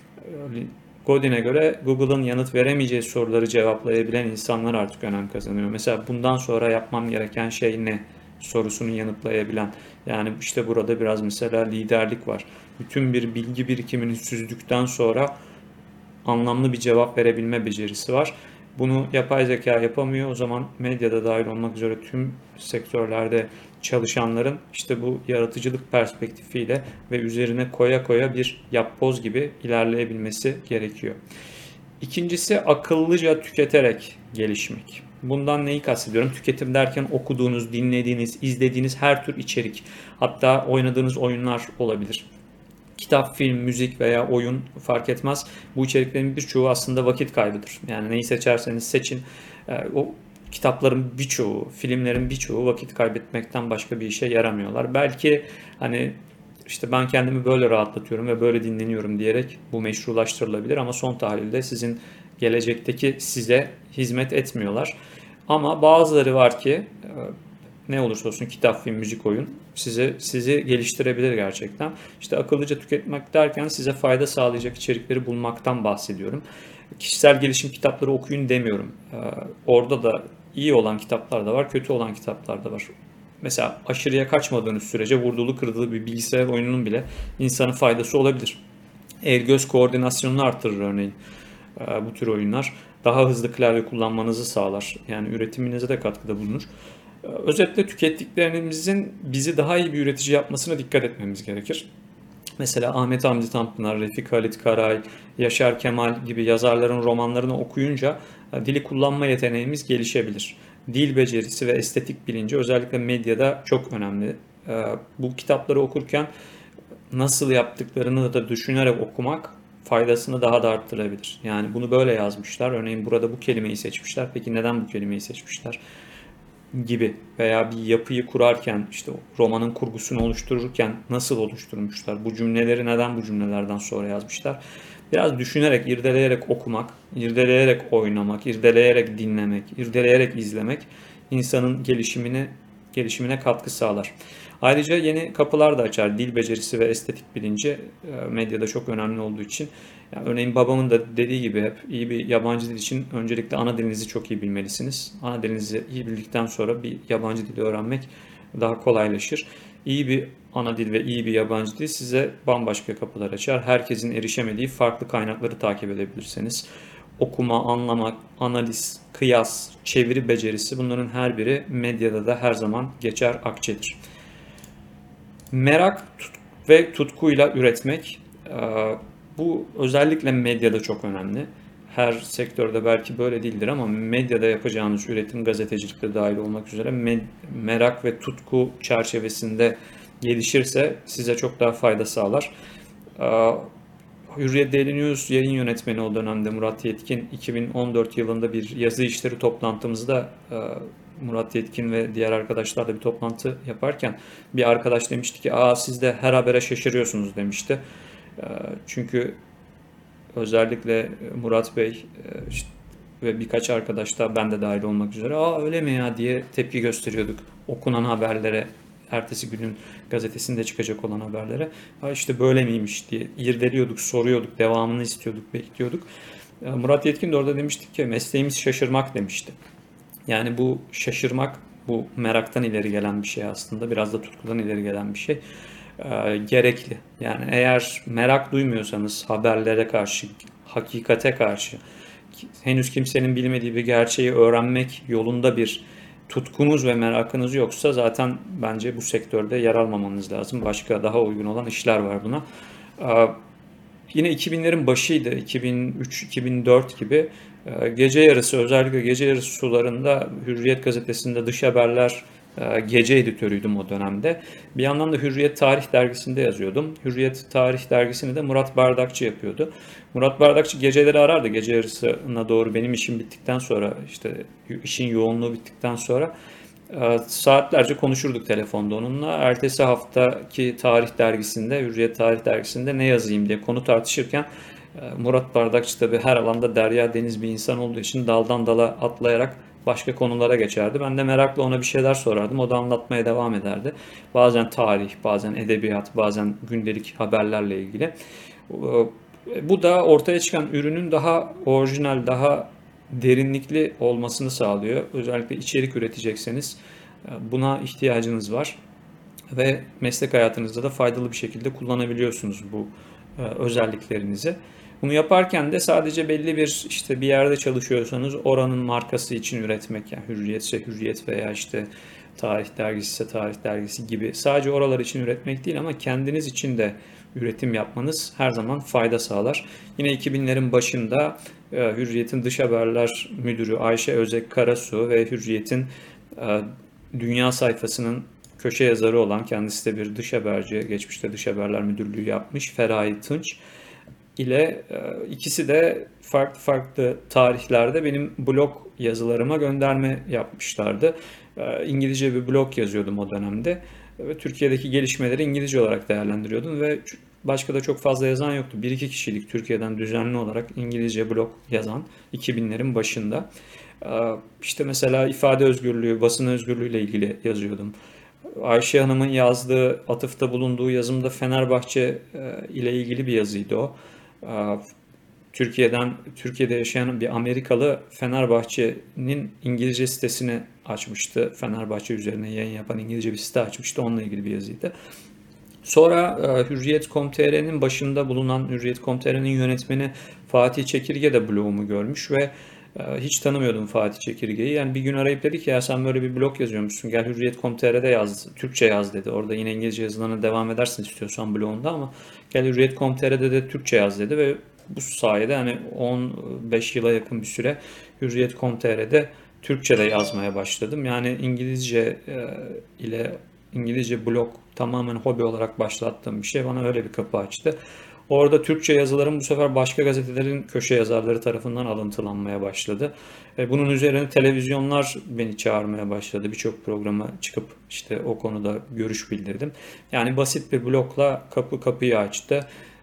Godin'e göre Google'ın yanıt veremeyeceği soruları cevaplayabilen insanlar artık önem kazanıyor. Mesela bundan sonra yapmam gereken şey ne sorusunu yanıtlayabilen. Yani işte burada biraz mesela liderlik var. Bütün bir bilgi birikimini süzdükten sonra anlamlı bir cevap verebilme becerisi var. Bunu yapay zeka yapamıyor. O zaman medyada dahil olmak üzere tüm sektörlerde çalışanların işte bu yaratıcılık perspektifiyle ve üzerine koya koya bir yapboz gibi ilerleyebilmesi gerekiyor. İkincisi akıllıca tüketerek gelişmek. Bundan neyi kastediyorum? Tüketim derken okuduğunuz, dinlediğiniz, izlediğiniz her tür içerik. Hatta oynadığınız oyunlar olabilir. Kitap, film, müzik veya oyun fark etmez. Bu içeriklerin birçoğu aslında vakit kaybıdır. Yani neyi seçerseniz seçin. O kitapların birçoğu, filmlerin birçoğu vakit kaybetmekten başka bir işe yaramıyorlar. Belki hani işte ben kendimi böyle rahatlatıyorum ve böyle dinleniyorum diyerek bu meşrulaştırılabilir ama son tahlilde sizin gelecekteki size hizmet etmiyorlar. Ama bazıları var ki ne olursa olsun kitap, film, müzik, oyun sizi sizi geliştirebilir gerçekten. İşte akıllıca tüketmek derken size fayda sağlayacak içerikleri bulmaktan bahsediyorum. Kişisel gelişim kitapları okuyun demiyorum. Orada da iyi olan kitaplar da var, kötü olan kitaplar da var. Mesela aşırıya kaçmadığınız sürece vurdulu kırdılı bir bilgisayar oyununun bile insana faydası olabilir. El göz koordinasyonunu artırır örneğin bu tür oyunlar. Daha hızlı klavye kullanmanızı sağlar. Yani üretiminize de katkıda bulunur. Özetle tükettiklerimizin bizi daha iyi bir üretici yapmasına dikkat etmemiz gerekir. Mesela Ahmet Hamdi Tanpınar, Refik Halit Karay, Yaşar Kemal gibi yazarların romanlarını okuyunca dili kullanma yeteneğimiz gelişebilir. Dil becerisi ve estetik bilinci özellikle medyada çok önemli. Bu kitapları okurken nasıl yaptıklarını da düşünerek okumak faydasını daha da arttırabilir. Yani bunu böyle yazmışlar. Örneğin burada bu kelimeyi seçmişler. Peki neden bu kelimeyi seçmişler? Gibi veya bir yapıyı kurarken işte romanın kurgusunu oluştururken nasıl oluşturmuşlar? Bu cümleleri neden bu cümlelerden sonra yazmışlar? Biraz düşünerek, irdeleyerek okumak, irdeleyerek oynamak, irdeleyerek dinlemek, irdeleyerek izlemek insanın gelişimine gelişimine katkı sağlar. Ayrıca yeni kapılar da açar. Dil becerisi ve estetik bilinci e, medyada çok önemli olduğu için. Yani örneğin babamın da dediği gibi hep iyi bir yabancı dil için öncelikle ana dilinizi çok iyi bilmelisiniz. Ana dilinizi iyi bildikten sonra bir yabancı dili öğrenmek daha kolaylaşır. İyi bir ana dil ve iyi bir yabancı dil size bambaşka kapılar açar. Herkesin erişemediği farklı kaynakları takip edebilirsiniz. Okuma, anlamak, analiz, kıyas, çeviri becerisi bunların her biri medyada da her zaman geçer akçedir. Merak ve tutkuyla üretmek, bu özellikle medyada çok önemli. Her sektörde belki böyle değildir ama medyada yapacağınız üretim, gazetecilikte dahil olmak üzere merak ve tutku çerçevesinde gelişirse size çok daha fayda sağlar. Hürriyet Daily News yayın yönetmeni o dönemde Murat Yetkin, iki bin on dört yılında bir yazı işleri toplantımızda Murat Yetkin ve diğer arkadaşlarla bir toplantı yaparken bir arkadaş demişti ki, aa siz de her habere şaşırıyorsunuz demişti. Çünkü özellikle Murat Bey işte, ve birkaç arkadaş da ben de dahil olmak üzere, aa öyle mi ya diye tepki gösteriyorduk okunan haberlere, ertesi günün gazetesinde çıkacak olan haberlere. Ha işte böyle miymiş diye irdeliyorduk, soruyorduk, devamını istiyorduk, bekliyorduk. Murat Yetkin de orada demiştik ki mesleğimiz şaşırmak demişti. Yani bu şaşırmak, bu meraktan ileri gelen bir şey aslında. Biraz da tutkudan ileri gelen bir şey. Ee, gerekli. Yani eğer merak duymuyorsanız haberlere karşı, hakikate karşı, henüz kimsenin bilmediği bir gerçeği öğrenmek yolunda bir tutkunuz ve merakınız yoksa zaten bence bu sektörde yer almamanız lazım. Başka daha uygun olan işler var buna. Ee, yine iki binlerin başıydı. iki bin üç iki bin dört gibi gece yarısı, özellikle gece yarısı sularında Hürriyet gazetesinde dış haberler gece editörüydüm o dönemde. Bir yandan da Hürriyet Tarih dergisinde yazıyordum. Hürriyet Tarih dergisini de Murat Bardakçı yapıyordu. Murat Bardakçı geceleri arardı. Gece yarısına doğru benim işim bittikten sonra, işte işin yoğunluğu bittikten sonra saatlerce konuşurduk telefonda onunla. Ertesi haftaki Tarih dergisinde, Hürriyet Tarih dergisinde ne yazayım diye konu tartışırken Murat Bardakçı tabii her alanda derya deniz bir insan olduğu için daldan dala atlayarak başka konulara geçerdi. Ben de merakla ona bir şeyler sorardım. O da anlatmaya devam ederdi. Bazen tarih, bazen edebiyat, bazen gündelik haberlerle ilgili. Bu da ortaya çıkan ürünün daha orijinal, daha derinlikli olmasını sağlıyor. Özellikle içerik üretecekseniz buna ihtiyacınız var. Ve meslek hayatınızda da faydalı bir şekilde kullanabiliyorsunuz bu özelliklerinizi. Bunu yaparken de sadece belli bir işte bir yerde çalışıyorsanız oranın markası için üretmek, yani Hürriyet ise Hürriyet veya işte Tarih dergisi ise Tarih dergisi gibi sadece oralar için üretmek değil ama kendiniz için de üretim yapmanız her zaman fayda sağlar. Yine iki binlerin başında Hürriyet'in dış haberler müdürü Ayşe Özek Karasu ve Hürriyet'in dünya sayfasının köşe yazarı olan, kendisi de bir dış haberci, geçmişte dış haberler müdürlüğü yapmış Feraye Tunç ile ikisi de farklı farklı tarihlerde benim blog yazılarıma gönderme yapmışlardı. İngilizce bir blog yazıyordum o dönemde ve Türkiye'deki gelişmeleri İngilizce olarak değerlendiriyordum ve başka da çok fazla yazan yoktu. Bir iki kişilik Türkiye'den düzenli olarak İngilizce blog yazan iki binlerin başında. İşte mesela ifade özgürlüğü, basın özgürlüğü ile ilgili yazıyordum. Ayşe Hanım'ın yazdığı, atıfta bulunduğu yazımda Fenerbahçe ile ilgili bir yazıydı o. Türkiye'den, Türkiye'de yaşayan bir Amerikalı Fenerbahçe'nin İngilizce sitesini açmıştı. Fenerbahçe üzerine yayın yapan İngilizce bir site açmıştı. Onunla ilgili bir yazıydı. Sonra Hürriyet nokta com nokta tr'nin başında bulunan Hürriyet nokta com nokta tr'nin yönetmeni Fatih Çekirge de blogumu görmüş ve hiç tanımıyordum Fatih Çekirge'yi. Yani bir gün arayıp dedi ki ya sen böyle bir blog yazıyormuşsun, gel Hürriyet nokta com nokta tr'de yaz, Türkçe yaz dedi. Orada yine İngilizce yazılarına devam edersin istiyorsan blogunda ama gel Hürriyet nokta com nokta tr'de de Türkçe yaz dedi ve bu sayede hani on beş yıla yakın bir süre Hürriyet nokta com nokta tr'de Türkçe'de yazmaya başladım. Yani İngilizce ile İngilizce blog tamamen hobi olarak başlattığım bir şey bana öyle bir kapı açtı. Orada Türkçe yazılarım bu sefer başka gazetelerin köşe yazarları tarafından alıntılanmaya başladı. Bunun üzerine televizyonlar beni çağırmaya başladı. Birçok programa çıkıp işte o konuda görüş bildirdim. Yani basit bir blogla kapı kapıyı açtı.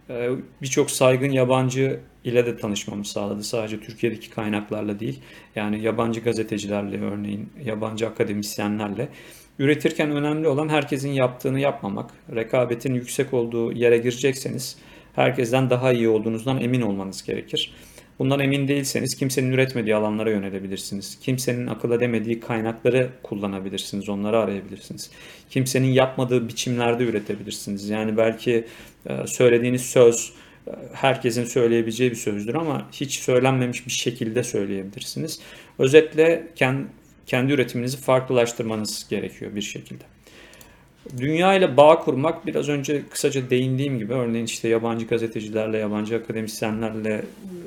e, birçok saygın yabancı ile de tanışmamı sağladı. Sadece Türkiye'deki kaynaklarla değil. Yani yabancı gazetecilerle, örneğin yabancı akademisyenlerle. Üretirken önemli olan herkesin yaptığını yapmamak. Rekabetin yüksek olduğu yere girecekseniz herkesten daha iyi olduğunuzdan emin olmanız gerekir. Bundan emin değilseniz kimsenin üretmediği alanlara yönelebilirsiniz. Kimsenin akıl edemediği kaynakları kullanabilirsiniz, onları arayabilirsiniz. Kimsenin yapmadığı biçimlerde üretebilirsiniz. Yani belki e, söylediğiniz söz e, herkesin söyleyebileceği bir sözdür ama hiç söylenmemiş bir şekilde söyleyebilirsiniz. Özetle kendi, kendi üretiminizi farklılaştırmanız gerekiyor bir şekilde. Dünya ile bağ kurmak, biraz önce kısaca değindiğim gibi, örneğin işte yabancı gazetecilerle, yabancı akademisyenlerle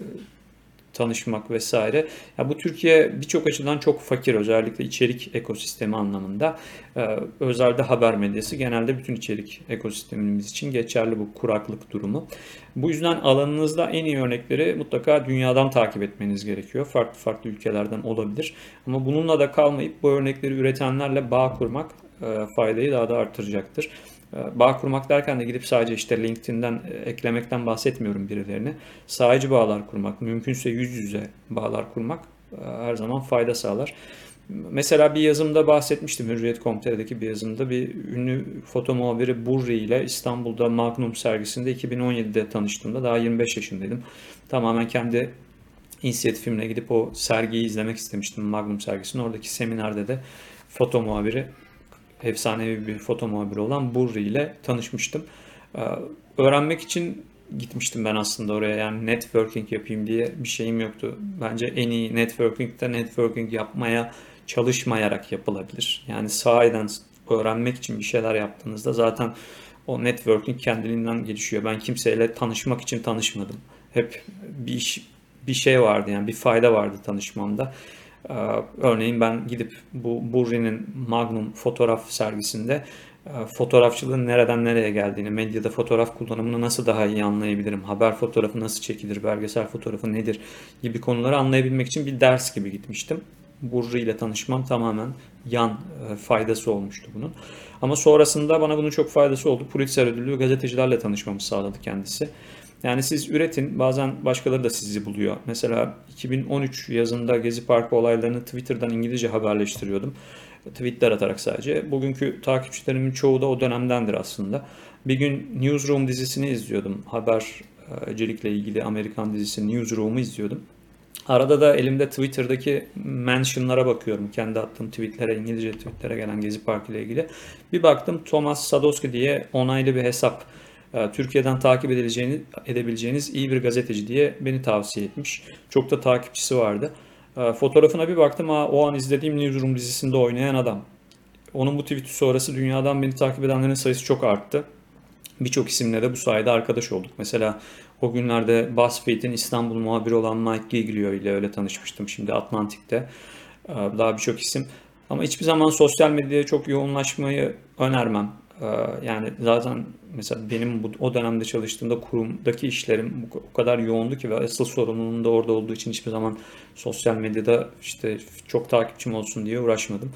tanışmak vesaire. Ya bu Türkiye birçok açıdan çok fakir, özellikle içerik ekosistemi anlamında. Ee, özelde haber medyası, genelde bütün içerik ekosistemimiz için geçerli bu kuraklık durumu. Bu yüzden alanınızda en iyi örnekleri mutlaka dünyadan takip etmeniz gerekiyor. Farklı farklı ülkelerden olabilir. Ama bununla da kalmayıp bu örnekleri üretenlerle bağ kurmak e, faydayı daha da artıracaktır. Bağ kurmak derken de gidip sadece işte LinkedIn'den eklemekten bahsetmiyorum birilerini. Sahici bağlar kurmak, mümkünse yüz yüze bağlar kurmak her zaman fayda sağlar. Mesela bir yazımda bahsetmiştim, Hürriyet nokta com nokta tr'deki bir yazımda, bir ünlü foto muhabiri Burri ile İstanbul'da Magnum sergisinde iki bin on yedide tanıştığımda daha yirmi beş yaşındaydım. Tamamen kendi inisiyatifimle gidip o sergiyi izlemek istemiştim, Magnum sergisini. Oradaki seminerde de foto muhabiri, efsanevi bir foto muhabiri olan Burri ile tanışmıştım. Ee, öğrenmek için gitmiştim ben aslında oraya, yani networking yapayım diye bir şeyim yoktu. Bence en iyi networking de networking yapmaya çalışmayarak yapılabilir. Yani sahiden öğrenmek için bir şeyler yaptığınızda zaten o networking kendiliğinden gelişiyor. Ben kimseyle tanışmak için tanışmadım. Hep bir iş, bir şey vardı, yani bir fayda vardı tanışmamda. Ee, örneğin ben gidip bu Burri'nin Magnum fotoğraf sergisinde e, fotoğrafçılığın nereden nereye geldiğini, medyada fotoğraf kullanımını nasıl daha iyi anlayabilirim, haber fotoğrafı nasıl çekilir, belgesel fotoğrafı nedir gibi konuları anlayabilmek için bir ders gibi gitmiştim. Burri ile tanışmam tamamen yan e, faydası olmuştu bunun. Ama sonrasında bana bunun çok faydası oldu. Pulitzer ödüllü gazetecilerle tanışmamı sağladı kendisi. Yani siz üretin, bazen başkaları da sizi buluyor. Mesela iki bin on üç yazında Gezi Parkı olaylarını Twitter'dan İngilizce haberleştiriyordum. Tweetler atarak sadece. Bugünkü takipçilerimin çoğu da o dönemdendir aslında. Bir gün Newsroom dizisini izliyordum. Habercilikle ilgili Amerikan dizisi Newsroom'u izliyordum. Arada da elimde Twitter'daki mentionlara bakıyorum. Kendi attığım tweetlere, İngilizce tweetlere gelen Gezi Parkı ile ilgili. Bir baktım, Thomas Sadoski diye onaylı bir hesap. Türkiye'den takip edileceğiniz, edebileceğiniz iyi bir gazeteci diye beni tavsiye etmiş. Çok da takipçisi vardı. Fotoğrafına bir baktım, ha, o an izlediğim Newsroom dizisinde oynayan adam. Onun bu tweet'i sonrası dünyadan beni takip edenlerin sayısı çok arttı. Birçok isimle de bu sayede arkadaş olduk. Mesela o günlerde BuzzFeed'in İstanbul muhabiri olan Mike Giglio ile öyle tanışmıştım. Şimdi Atlantik'te. Daha birçok isim. Ama hiçbir zaman sosyal medyaya çok yoğunlaşmayı önermem. Yani zaten mesela benim bu, o dönemde çalıştığımda kurumdaki işlerim o kadar yoğundu ki ve asıl sorumluluğum da orada olduğu için hiçbir zaman sosyal medyada işte çok takipçim olsun diye uğraşmadım.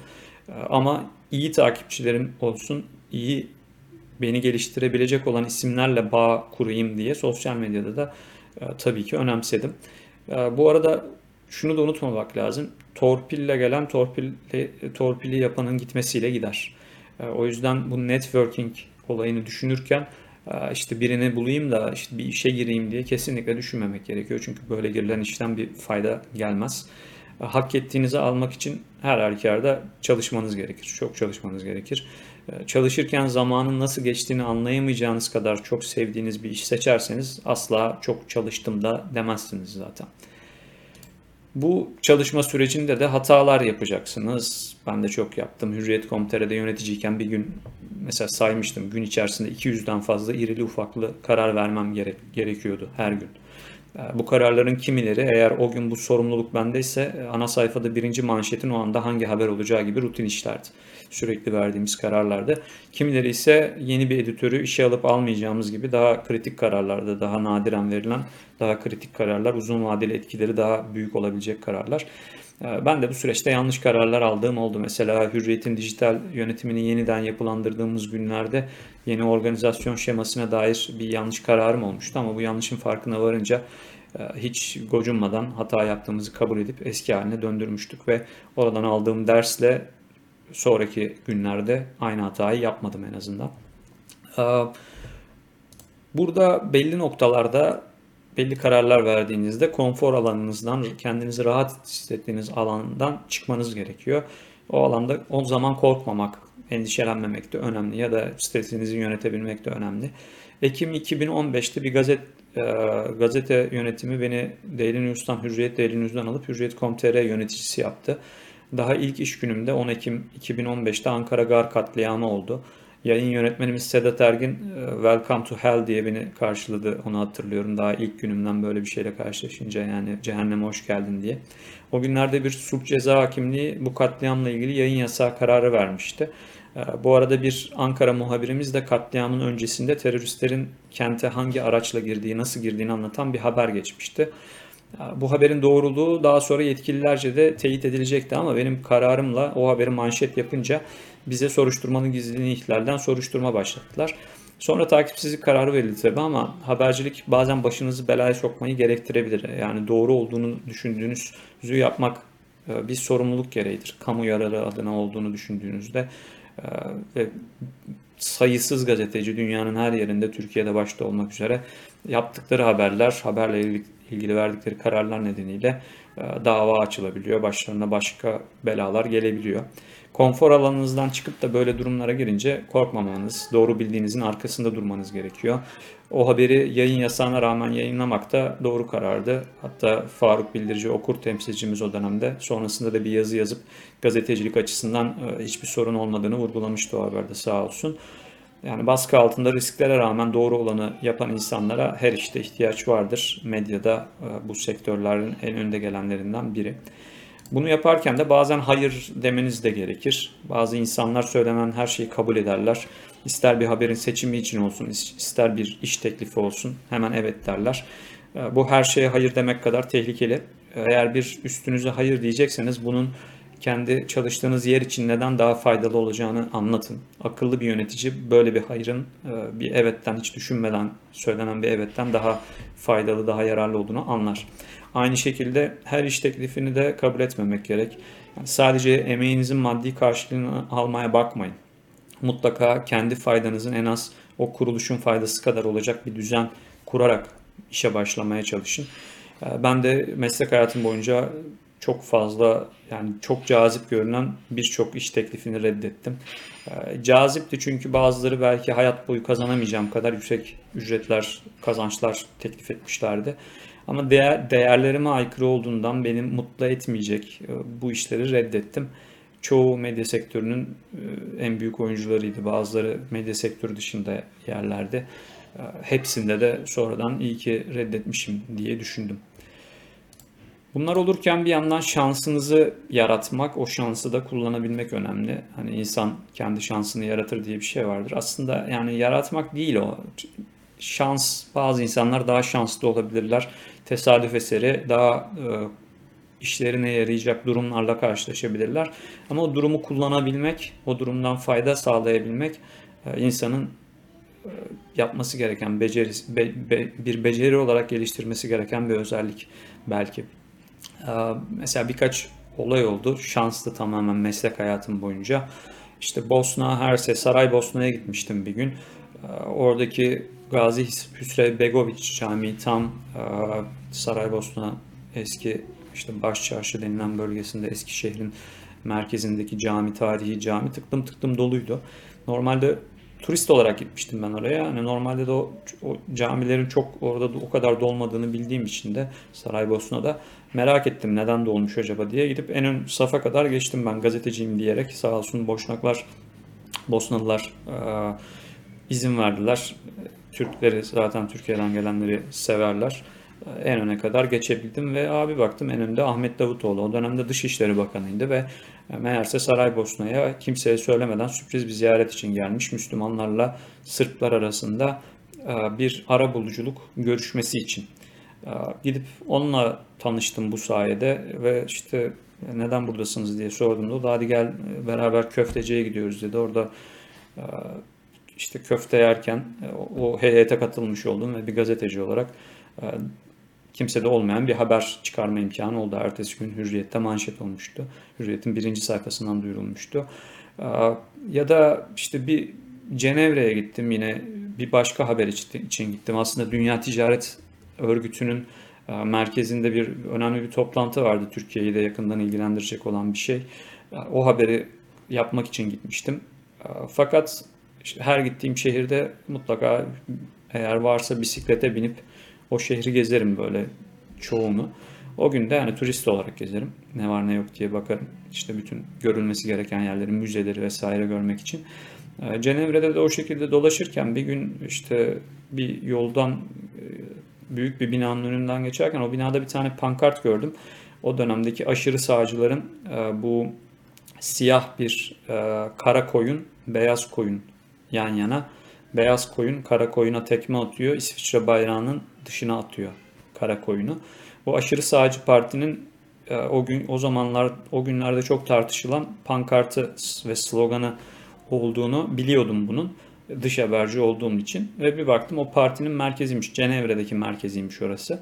Ama iyi takipçilerim olsun, iyi beni geliştirebilecek olan isimlerle bağ kurayım diye sosyal medyada da e, tabii ki önemsedim. E, bu arada şunu da unutmamak lazım. Torpille gelen torpili, torpili yapanın gitmesiyle gider. E, o yüzden bu networking olayını düşünürken e, işte birini bulayım da işte bir işe gireyim diye kesinlikle düşünmemek gerekiyor. Çünkü böyle girilen işten bir fayda gelmez. E, hak ettiğinizi almak için her halükarda çalışmanız gerekir. Çok çalışmanız gerekir. Çalışırken zamanın nasıl geçtiğini anlayamayacağınız kadar çok sevdiğiniz bir iş seçerseniz asla çok çalıştım da demezsiniz zaten. Bu çalışma sürecinde de hatalar yapacaksınız. Ben de çok yaptım. Hürriyet nokta com nokta tr'de yöneticiyken bir gün mesela saymıştım. Gün içerisinde iki yüzden fazla irili ufaklı karar vermem gerek, gerekiyordu her gün. Bu kararların kimileri, eğer o gün bu sorumluluk bendeyse, ana sayfada birinci manşetin o anda hangi haber olacağı gibi rutin işlerdi. Sürekli verdiğimiz kararlardı. Kimileri ise yeni bir editörü işe alıp almayacağımız gibi daha kritik kararlarda, daha nadiren verilen daha kritik kararlar, uzun vadeli etkileri daha büyük olabilecek kararlar. Ben de bu süreçte yanlış kararlar aldığım oldu. Mesela Hürriyet'in dijital yönetimini yeniden yapılandırdığımız günlerde yeni organizasyon şemasına dair bir yanlış kararım olmuştu. Ama bu yanlışın farkına varınca hiç gocunmadan hata yaptığımızı kabul edip eski haline döndürmüştük ve oradan aldığım dersle sonraki günlerde aynı hatayı yapmadım en azından. Burada belli noktalarda belli kararlar verdiğinizde konfor alanınızdan, kendinizi rahat hissettiğiniz alandan çıkmanız gerekiyor. O alanda o zaman korkmamak, endişelenmemek de önemli ya da stresinizi yönetebilmek de önemli. Ekim iki bin on beşte bir gazet e, gazete yönetimi beni Daily News'tan, Hürriyet Daily News'dan alıp Hürriyet nokta com nokta tr yöneticisi yaptı. Daha ilk iş günümde on Ekim iki bin on beşte Ankara Gar katliamı oldu. Yayın yönetmenimiz Sedat Ergin "Welcome to Hell" diye beni karşıladı. Onu hatırlıyorum. Daha ilk günümden böyle bir şeyle karşılaşınca, yani cehenneme hoş geldin diye. O günlerde bir sulh ceza hakimliği bu katliamla ilgili yayın yasağı kararı vermişti. Bu arada bir Ankara muhabirimiz de katliamın öncesinde teröristlerin kente hangi araçla girdiği, nasıl girdiğini anlatan bir haber geçmişti. Bu haberin doğruluğu daha sonra yetkililerce de teyit edilecekti ama benim kararımla o haberi manşet yapınca bize soruşturmanın gizliliğini ihlalden soruşturma başlattılar. Sonra takipsizlik kararı verildi tabii ama habercilik bazen başınızı belaya sokmayı gerektirebilir. Yani doğru olduğunu düşündüğünüzü yapmak bir sorumluluk gereğidir. Kamu yararı adına olduğunu düşündüğünüzde ve sayısız gazeteci dünyanın her yerinde, Türkiye'de başta olmak üzere, yaptıkları haberler, haberle ilgili, ilgili verdikleri kararlar nedeniyle dava açılabiliyor. Başlarına başka belalar gelebiliyor. Konfor alanınızdan çıkıp da böyle durumlara girince korkmamanız, doğru bildiğinizin arkasında durmanız gerekiyor. O haberi yayın yasağına rağmen yayınlamak da doğru karardı. Hatta Faruk Bildirici okur temsilcimiz o dönemde. Sonrasında da bir yazı yazıp gazetecilik açısından hiçbir sorun olmadığını vurgulamıştı o haberde, sağ olsun. Yani baskı altında risklere rağmen doğru olanı yapan insanlara her işte ihtiyaç vardır. Medyada bu sektörlerin en önde gelenlerinden biri. Bunu yaparken de bazen hayır demeniz de gerekir. Bazı insanlar söylenen her şeyi kabul ederler. İster bir haberin seçimi için olsun, ister bir iş teklifi olsun, hemen evet derler. Bu her şeye hayır demek kadar tehlikeli. Eğer bir üstünüze hayır diyecekseniz bunun kendi çalıştığınız yer için neden daha faydalı olacağını anlatın. Akıllı bir yönetici böyle bir hayırın bir evetten, hiç düşünmeden söylenen bir evetten daha faydalı, daha yararlı olduğunu anlar. Aynı şekilde her iş teklifini de kabul etmemek gerek. Yani sadece emeğinizin maddi karşılığını almaya bakmayın. Mutlaka kendi faydanızın en az o kuruluşun faydası kadar olacak bir düzen kurarak işe başlamaya çalışın. Ben de meslek hayatım boyunca çok fazla, yani çok cazip görünen birçok iş teklifini reddettim. Cazipti çünkü bazıları belki hayat boyu kazanamayacağım kadar yüksek ücretler, kazançlar teklif etmişlerdi. Ama değer, değerlerime aykırı olduğundan, beni mutlu etmeyecek bu işleri reddettim. Çoğu medya sektörünün en büyük oyuncularıydı. Bazıları medya sektörü dışında yerlerde. Hepsinde de sonradan iyi ki reddetmişim diye düşündüm. Bunlar olurken bir yandan şansınızı yaratmak, o şansı da kullanabilmek önemli. Hani insan kendi şansını yaratır diye bir şey vardır. Aslında yani yaratmak değil o. Şans, bazı insanlar daha şanslı olabilirler. Tesadüf eseri daha e, işlerine yarayacak durumlarla karşılaşabilirler. Ama o durumu kullanabilmek, o durumdan fayda sağlayabilmek e, insanın e, yapması gereken, beceri, be, be, bir beceri olarak geliştirmesi gereken bir özellik belki. E, mesela birkaç olay oldu. Şanslı tamamen meslek hayatım boyunca. İşte Bosna Hersek, Saraybosna'ya gitmiştim bir gün. E, oradaki Gazi Hüsrev Begoviç Camii tam e, Saraybosna eski işte Başçarşı denilen bölgesinde, Eskişehir'in merkezindeki cami, tarihi cami tıklım tıklım doluydu. Normalde turist olarak gitmiştim ben oraya. Yani normalde de o, o camilerin çok orada o kadar dolmadığını bildiğim için de Saraybosna'da merak ettim neden dolmuş acaba diye, gidip en ön safa kadar geçtim ben gazeteciyim diyerek. Sağ olsun Boşnaklar, Bosnalılar e, izin verdiler. Türkleri, zaten Türkiye'den gelenleri severler. En öne kadar geçebildim ve abi baktım en önde Ahmet Davutoğlu. O dönemde Dışişleri Bakanıydı ve meğerse Saraybosna'ya kimseye söylemeden sürpriz bir ziyaret için gelmiş. Müslümanlarla Sırplar arasında bir arabuluculuk görüşmesi için. Gidip onunla tanıştım bu sayede ve işte neden buradasınız diye sorduğumda o da hadi gel beraber köfteciye gidiyoruz dedi. Orada işte köfte yerken o heyete katılmış oldum ve bir gazeteci olarak kimsede olmayan bir haber çıkarma imkanı oldu. Ertesi gün Hürriyet'te manşet olmuştu. Hürriyet'in birinci sayfasından duyurulmuştu. Ya da işte bir Cenevre'ye gittim, yine bir başka haber için gittim. Aslında Dünya Ticaret Örgütü'nün merkezinde bir önemli bir toplantı vardı. Türkiye'yi de yakından ilgilendirecek olan bir şey. O haberi yapmak için gitmiştim. Fakat işte her gittiğim şehirde mutlaka eğer varsa bisiklete binip o şehri gezerim böyle çoğunu. O gün de yani turist olarak gezerim. Ne var ne yok diye bakarım. İşte bütün görülmesi gereken yerleri, müzeleri vesaire görmek için. Cenevre'de de o şekilde dolaşırken bir gün işte bir yoldan büyük bir binanın önünden geçerken o binada bir tane pankart gördüm. O dönemdeki aşırı sağcıların bu siyah bir kara koyun, beyaz koyun yan yana. Beyaz koyun kara koyuna tekme atıyor. İsviçre bayrağının dışına atıyor kara koyunu. Bu aşırı sağcı partinin o gün o zamanlar o günlerde çok tartışılan pankartı ve sloganı olduğunu biliyordum bunun. Dış haberci olduğum için ve bir baktım o partinin merkeziymiş. Cenevre'deki merkeziymiş orası.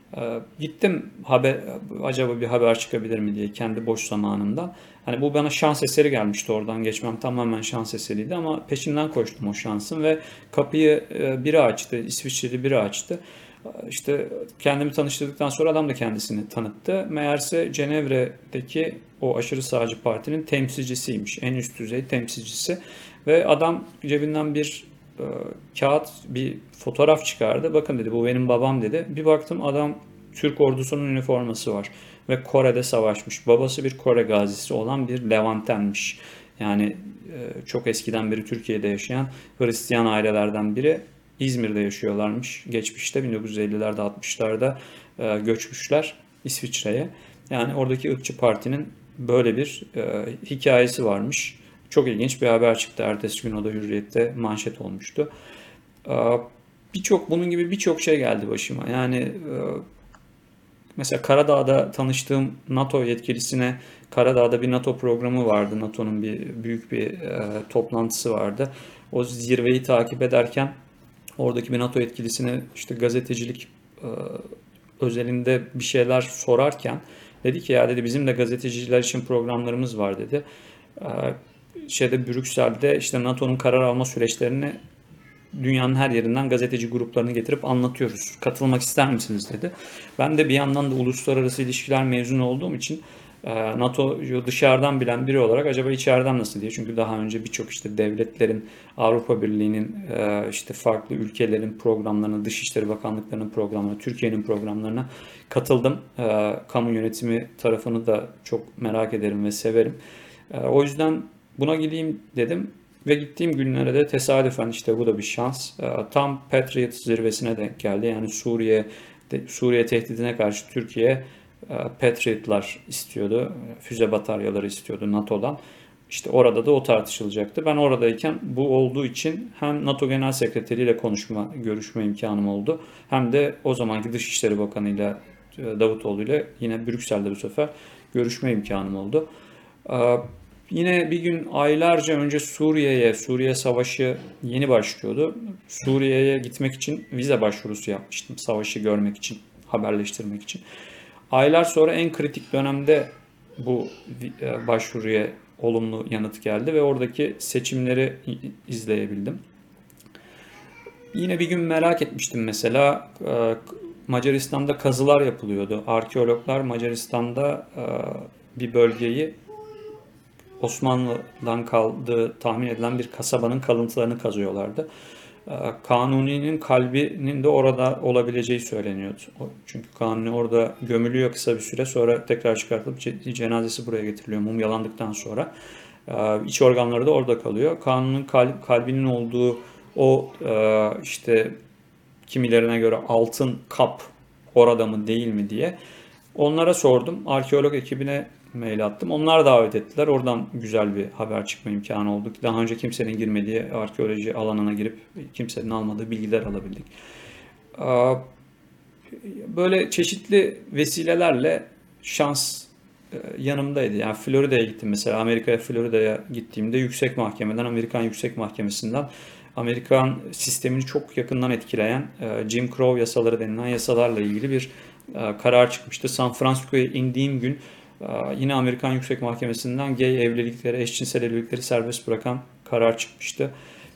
Gittim haber acaba bir haber çıkabilir mi diye kendi boş zamanımda. Hani bu bana şans eseri gelmişti, oradan geçmem tamamen şans eseriydi ama peşinden koştum o şansın ve kapıyı biri açtı, İsviçreli biri açtı. İşte kendimi tanıştırdıktan sonra adam da kendisini tanıttı. Meğerse Cenevre'deki o aşırı sağcı partinin temsilcisiymiş, en üst düzey temsilcisi ve adam cebinden bir e, kağıt, bir fotoğraf çıkardı. Bakın dedi, bu benim babam dedi. Bir baktım adam Türk ordusunun üniforması var ve Kore'de savaşmış. Babası bir Kore gazisi olan bir Levantenmiş. Yani e, çok eskiden beri Türkiye'de yaşayan Hristiyan ailelerden biri. İzmir'de yaşıyorlarmış. Geçmişte bin dokuz yüz ellilerde altmışlarda e, göçmüşler İsviçre'ye. Yani oradaki ırkçı partinin böyle bir e, hikayesi varmış. Çok ilginç bir haber çıktı. Ertesi gün o da Hürriyet'te manşet olmuştu. E, birçok bunun gibi birçok şey geldi başıma. Yani e, mesela Karadağ'da tanıştığım NATO yetkilisine, Karadağ'da bir NATO programı vardı. NATO'nun bir büyük bir e, toplantısı vardı. O zirveyi takip ederken oradaki bir NATO yetkilisine işte gazetecilik e, özelinde bir şeyler sorarken dedi ki ya dedi bizim de gazeteciler için programlarımız var dedi. E, şeyde Brüksel'de işte NATO'nun karar alma süreçlerini dünyanın her yerinden gazeteci gruplarını getirip anlatıyoruz. Katılmak ister misiniz dedi. Ben de bir yandan da uluslararası ilişkiler mezunu olduğum için NATO'yu dışarıdan bilen biri olarak acaba içeriden nasıl diye. Çünkü daha önce birçok işte devletlerin, Avrupa Birliği'nin, işte farklı ülkelerin programlarına, Dışişleri Bakanlıklarının programlarına, Türkiye'nin programlarına katıldım. Kamu yönetimi tarafını da çok merak ederim ve severim. O yüzden buna gideyim dedim. Ve gittiğim günlere de tesadüfen işte bu da bir şans. Tam Patriot zirvesine denk geldi. Yani Suriye Suriye tehdidine karşı Türkiye Patriot'lar istiyordu. Füze bataryaları istiyordu NATO'dan. İşte orada da o tartışılacaktı. Ben oradayken bu olduğu için hem NATO Genel Sekreteri ile konuşma, görüşme imkanım oldu. Hem de o zamanki Dışişleri Bakanı ile Davutoğlu ile yine Brüksel'de bu sefer görüşme imkanım oldu. Yine bir gün aylarca önce Suriye'ye, Suriye Savaşı yeni başlıyordu. Suriye'ye gitmek için vize başvurusu yapmıştım. Savaşı görmek için, haberleştirmek için. Aylar sonra en kritik dönemde bu başvuruya olumlu yanıt geldi ve oradaki seçimleri izleyebildim. Yine bir gün merak etmiştim mesela, Macaristan'da kazılar yapılıyordu. Arkeologlar Macaristan'da bir bölgeyi Osmanlı'dan kaldığı tahmin edilen bir kasabanın kalıntılarını kazıyorlardı. Kanuni'nin kalbinin de orada olabileceği söyleniyordu. Çünkü Kanuni orada gömülüyor kısa bir süre, sonra tekrar çıkartılıp cenazesi buraya getiriliyor mumyalandıktan sonra. İç organları da orada kalıyor. Kanuni'nin kalbinin olduğu o işte kimilerine göre altın kap orada mı değil mi diye onlara sordum. Arkeolog ekibine mail attım. Onlar davet ettiler. Oradan güzel bir haber çıkma imkanı oldu. Daha önce kimsenin girmediği arkeoloji alanına girip kimsenin almadığı bilgiler alabildik. Böyle çeşitli vesilelerle şans yanımdaydı. Yani Florida'ya gittim mesela. Amerika'ya, Florida'ya gittiğimde yüksek mahkemeden, Amerikan Yüksek Mahkemesi'nden Amerikan sistemini çok yakından etkileyen Jim Crow yasaları denilen yasalarla ilgili bir karar çıkmıştı. San Francisco'ya indiğim gün yine Amerikan Yüksek Mahkemesi'nden gay evlilikleri, eşcinsel evlilikleri serbest bırakan karar çıkmıştı.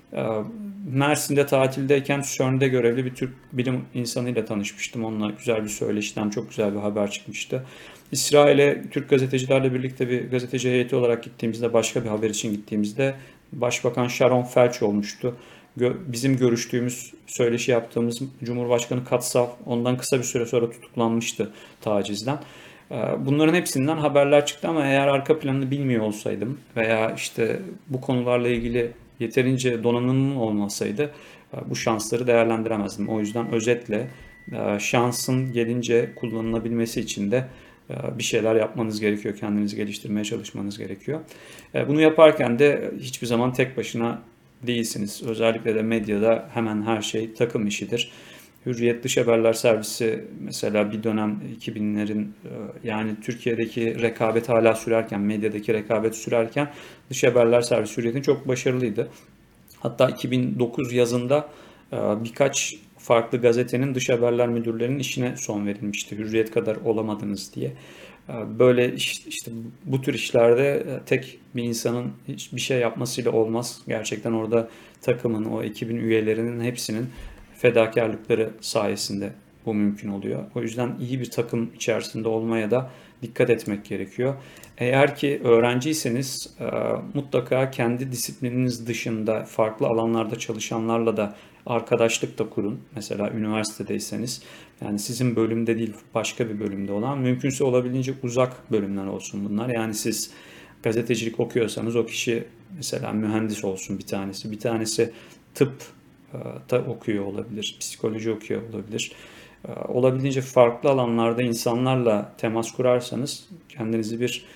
Mersin'de tatildeyken C E R N'de görevli bir Türk bilim insanıyla tanışmıştım. Onunla güzel bir söyleşiden çok güzel bir haber çıkmıştı. İsrail'e Türk gazetecilerle birlikte bir gazeteci heyeti olarak gittiğimizde, başka bir haber için gittiğimizde Başbakan Sharon Felch olmuştu. Bizim görüştüğümüz, söyleşi yaptığımız Cumhurbaşkanı Katsav ondan kısa bir süre sonra tutuklanmıştı tacizden. Bunların hepsinden haberler çıktı ama eğer arka planını bilmiyor olsaydım veya işte bu konularla ilgili yeterince donanımım olmasaydı bu şansları değerlendiremezdim. O yüzden özetle şansın gelince kullanılabilmesi için de bir şeyler yapmanız gerekiyor. Kendinizi geliştirmeye çalışmanız gerekiyor. Bunu yaparken de hiçbir zaman tek başına değilsiniz. Özellikle de medyada hemen her şey takım işidir. Hürriyet Dış Haberler Servisi mesela bir dönem iki binlerin yani Türkiye'deki rekabet hala sürerken, medyadaki rekabet sürerken Dış Haberler Servisi Hürriyet'in çok başarılıydı. Hatta iki bin dokuz yazında birkaç farklı gazetenin dış haberler müdürlerinin işine son verilmişti. Hürriyet kadar olamadınız diye. Böyle işte bu tür işlerde tek bir insanın bir şey yapmasıyla olmaz. Gerçekten orada takımın, o ekibin üyelerinin hepsinin fedakarlıkları sayesinde bu mümkün oluyor. O yüzden iyi bir takım içerisinde olmaya da dikkat etmek gerekiyor. Eğer ki öğrenciyseniz mutlaka kendi disiplininiz dışında farklı alanlarda çalışanlarla da arkadaşlık da kurun. Mesela üniversitedeyseniz, yani sizin bölümde değil başka bir bölümde olan, mümkünse olabildiğince uzak bölümler olsun bunlar. Yani siz gazetecilik okuyorsanız o kişi mesela mühendis olsun bir tanesi, bir tanesi tıp da okuyor olabilir, psikoloji okuyor olabilir. Olabildiğince farklı alanlarda insanlarla temas kurarsanız kendinizi bir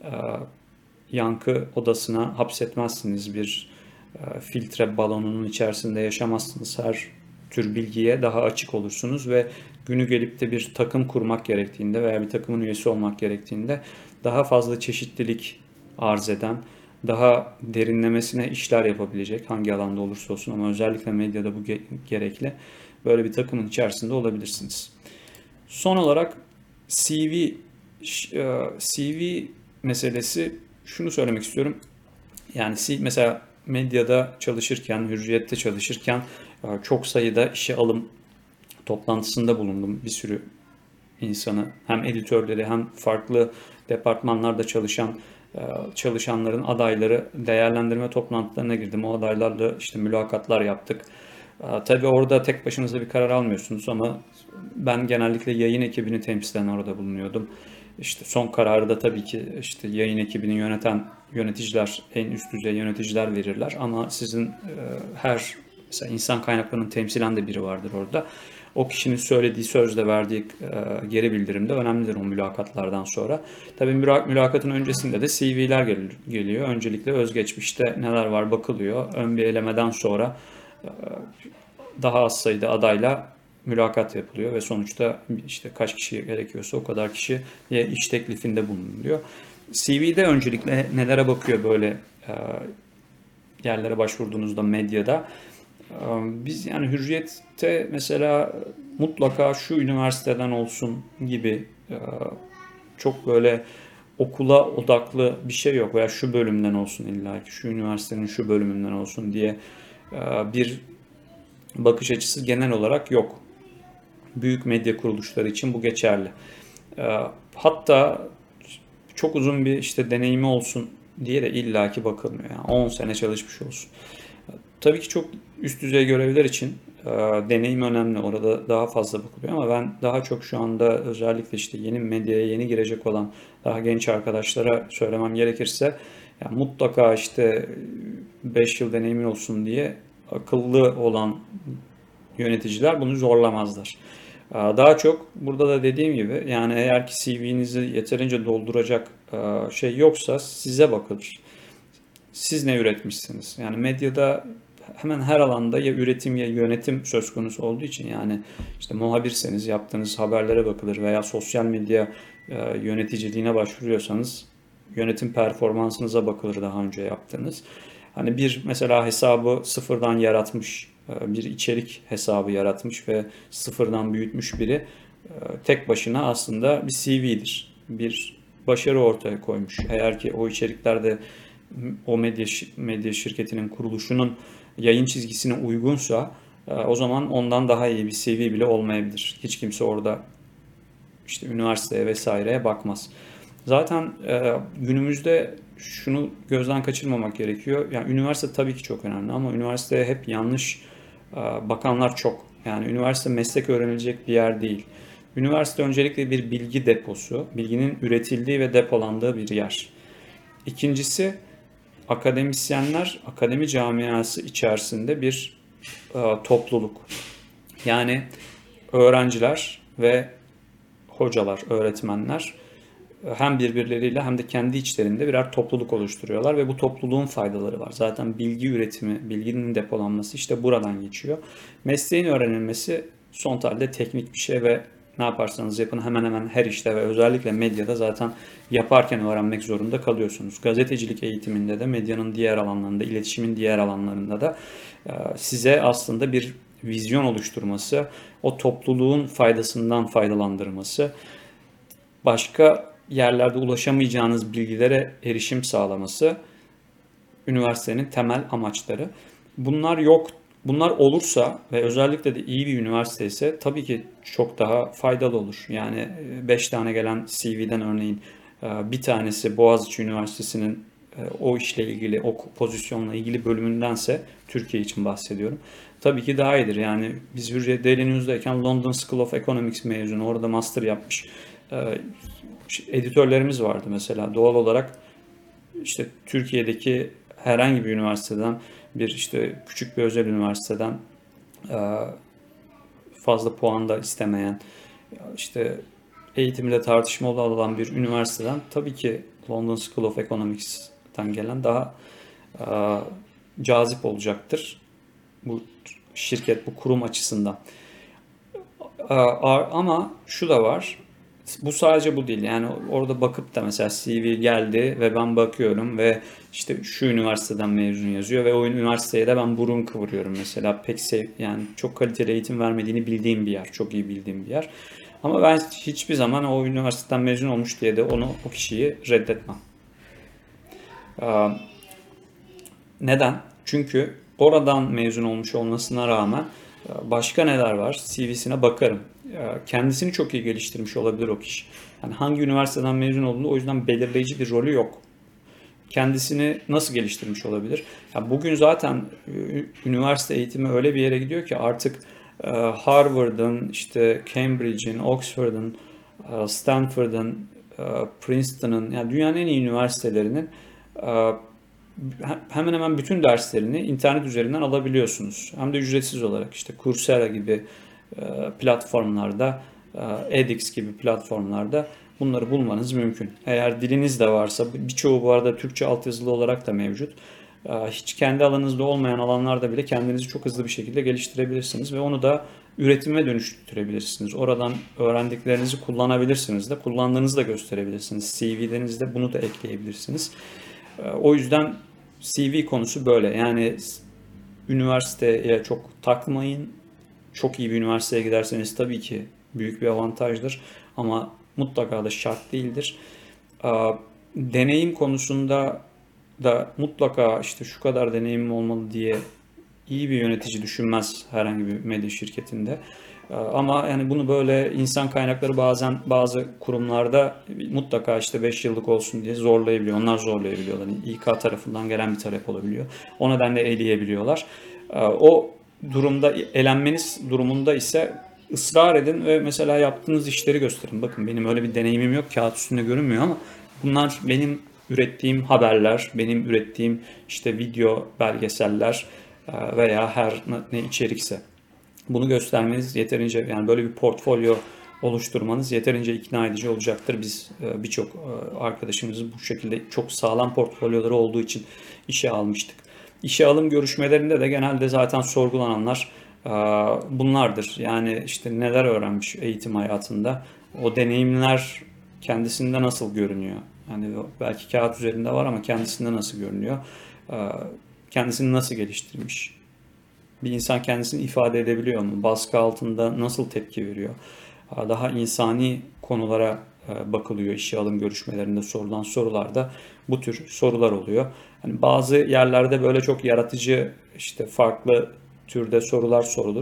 yankı odasına hapsetmezsiniz, bir filtre balonunun içerisinde yaşamazsınız. Her tür bilgiye daha açık olursunuz ve günü gelip de bir takım kurmak gerektiğinde veya bir takımın üyesi olmak gerektiğinde daha fazla çeşitlilik arz eden, daha derinlemesine işler yapabilecek, hangi alanda olursa olsun ama özellikle medyada bu gerekli, böyle bir takımın içerisinde olabilirsiniz. Son olarak C V C V meselesi, şunu söylemek istiyorum. Yani mesela medyada çalışırken, Hürriyet'te çalışırken çok sayıda işe alım toplantısında bulundum. Bir sürü insanı, hem editörleri hem farklı departmanlarda çalışan çalışanların adayları değerlendirme toplantılarına girdim. O adaylarla işte mülakatlar yaptık. Tabii orada tek başınıza bir karar almıyorsunuz ama ben genellikle yayın ekibini temsilen orada bulunuyordum. İşte son kararı da tabii ki işte yayın ekibini yöneten yöneticiler, en üst düzey yöneticiler verirler ama sizin e, her mesela insan kaynaklarının temsilen de biri vardır orada. O kişinin söylediği sözle verdiği e, geri bildirim de önemlidir o mülakatlardan sonra. Tabii mülakatın öncesinde de C V'ler gel geliyor. Öncelikle özgeçmişte neler var bakılıyor. Ön bir elemeden sonra e, daha az sayıda adayla mülakat yapılıyor ve sonuçta işte kaç kişi gerekiyorsa o kadar kişiye iş teklifinde bulunuluyor. C V'de öncelikle nelere bakıyor böyle e, yerlere başvurduğunuzda medyada? E, biz yani Hürriyet'te mesela mutlaka şu üniversiteden olsun gibi e, çok böyle okula odaklı bir şey yok veya şu bölümden olsun illa ki şu üniversitenin şu bölümünden olsun diye e, bir bakış açısı genel olarak yok. Büyük medya kuruluşları için bu geçerli. Hatta çok uzun bir işte deneyimi olsun diye de illaki bakılmıyor. Yani on sene çalışmış olsun. Tabii ki çok üst düzey görevler için deneyim önemli. Orada daha fazla bakılıyor ama ben daha çok şu anda özellikle işte yeni medyaya yeni girecek olan daha genç arkadaşlara söylemem gerekirse yani mutlaka işte beş yıl deneyimin olsun diye akıllı olan yöneticiler bunu zorlamazlar. Daha çok burada da dediğim gibi yani eğer ki C V'nizi yeterince dolduracak şey yoksa size bakılır. Siz ne üretmişsiniz? Yani medyada hemen her alanda ya üretim ya yönetim söz konusu olduğu için, yani işte muhabirseniz yaptığınız haberlere bakılır veya sosyal medya e, yöneticiliğine başvuruyorsanız yönetim performansınıza bakılır, daha önce yaptığınız. Hani bir mesela hesabı sıfırdan yaratmış, e, bir içerik hesabı yaratmış ve sıfırdan büyütmüş biri e, tek başına aslında bir C V'dir. Bir başarı ortaya koymuş. Eğer ki o içeriklerde o medya medya şirketinin kuruluşunun yayın çizgisine uygunsa e, o zaman ondan daha iyi bir C V bile olmayabilir. Hiç kimse orada işte üniversiteye vesaireye bakmaz. Zaten e, günümüzde şunu gözden kaçırmamak gerekiyor. Yani üniversite tabii ki çok önemli ama üniversiteye hep yanlış e, bakanlar çok. Yani üniversite meslek öğrenilecek bir yer değil. Üniversite öncelikle bir bilgi deposu, bilginin üretildiği ve depolandığı bir yer. İkincisi, akademisyenler, akademi camiası içerisinde bir e, topluluk. Yani öğrenciler ve hocalar, öğretmenler hem birbirleriyle hem de kendi içlerinde birer topluluk oluşturuyorlar ve bu topluluğun faydaları var. Zaten bilgi üretimi, bilginin depolanması işte buradan geçiyor. Mesleğin öğrenilmesi son tahlilde teknik bir şey ve ne yaparsanız yapın hemen hemen her işte ve özellikle medyada zaten yaparken öğrenmek zorunda kalıyorsunuz. Gazetecilik eğitiminde de, medyanın diğer alanlarında, iletişimin diğer alanlarında da size aslında bir vizyon oluşturması, o topluluğun faydasından faydalandırması, başka yerlerde ulaşamayacağınız bilgilere erişim sağlaması üniversitenin temel amaçları. Bunlar yok, bunlar olursa ve özellikle de iyi bir üniversite ise tabii ki çok daha faydalı olur. Yani beş tane gelen C V'den örneğin bir tanesi Boğaziçi Üniversitesi'nin o işle ilgili, o pozisyonla ilgili bölümündense, Türkiye için bahsediyorum, tabii ki daha iyidir. Yani biz Hürriyet Daily News'dayken London School of Economics mezunu, orada master yapmış editörlerimiz vardı mesela. Doğal olarak işte Türkiye'deki herhangi bir üniversiteden, bir işte küçük bir özel üniversiteden fazla puan da istemeyen, işte eğitimde tartışmalı olan bir üniversiteden tabii ki London School of Economics'ten gelen daha cazip olacaktır bu şirket, bu kurum açısından. Ama şu da var. Bu sadece bu değil. Yani orada bakıp da mesela C V geldi ve ben bakıyorum ve işte şu üniversiteden mezun yazıyor ve o üniversiteye de ben burun kıvırıyorum mesela. Pek sev, yani çok kaliteli eğitim vermediğini bildiğim bir yer, çok iyi bildiğim bir yer. Ama ben hiçbir zaman o üniversiteden mezun olmuş diye de onu, o kişiyi reddetmem. Neden? Çünkü oradan mezun olmuş olmasına rağmen başka neler var? C V'sine bakarım. Kendisini çok iyi geliştirmiş olabilir o kişi. Yani hangi üniversiteden mezun olduğunu o yüzden belirleyici bir rolü yok. Kendisini nasıl geliştirmiş olabilir? Yani bugün zaten üniversite eğitimi öyle bir yere gidiyor ki artık Harvard'ın, işte Cambridge'in, Oxford'un, Stanford'ın, Princeton'ın, yani dünyanın en iyi üniversitelerinin hemen hemen bütün derslerini internet üzerinden alabiliyorsunuz. Hem de ücretsiz olarak, işte Coursera gibi platformlarda, edX gibi platformlarda bunları bulmanız mümkün. Eğer diliniz de varsa, birçoğu bu arada Türkçe altyazılı olarak da mevcut. Hiç kendi alanınızda olmayan alanlarda bile kendinizi çok hızlı bir şekilde geliştirebilirsiniz ve onu da üretime dönüştürebilirsiniz. Oradan öğrendiklerinizi kullanabilirsiniz de, kullandığınızı da gösterebilirsiniz. C V'lerinizde bunu da ekleyebilirsiniz. O yüzden C V konusu böyle. Yani üniversiteye çok takmayın. Çok iyi bir üniversiteye giderseniz tabii ki büyük bir avantajdır ama mutlaka da şart değildir. Deneyim konusunda da mutlaka işte şu kadar deneyimim olmalı diye iyi bir yönetici düşünmez herhangi bir medya şirketinde. Ama yani bunu böyle insan kaynakları bazen bazı kurumlarda mutlaka işte beş yıllık olsun diye zorlayabiliyor. Onlar zorlayabiliyorlar. Yani İK tarafından gelen bir talep olabiliyor. O nedenle eleyebiliyorlar. O durumda, elenmeniz durumunda ise ısrar edin ve mesela yaptığınız işleri gösterin. Bakın benim öyle bir deneyimim yok, kağıt üstünde görünmüyor ama bunlar benim ürettiğim haberler, benim ürettiğim işte video, belgeseller veya her ne içerikse. Bunu göstermeniz yeterince, yani böyle bir portfolyo oluşturmanız yeterince ikna edici olacaktır. Biz birçok arkadaşımızı bu şekilde çok sağlam portfolyoları olduğu için işe almıştık. İşe alım görüşmelerinde de genelde zaten sorgulananlar e, bunlardır. Yani işte neler öğrenmiş eğitim hayatında, o deneyimler kendisinde nasıl görünüyor? Yani belki kağıt üzerinde var ama kendisinde nasıl görünüyor? E, Kendisini nasıl geliştirmiş? Bir insan kendisini ifade edebiliyor mu? Baskı altında nasıl tepki veriyor? Daha insani konulara bakılıyor işe alım görüşmelerinde sorulan sorularda bu tür sorular oluyor. Hani bazı yerlerde böyle çok yaratıcı işte farklı türde sorular sorulur.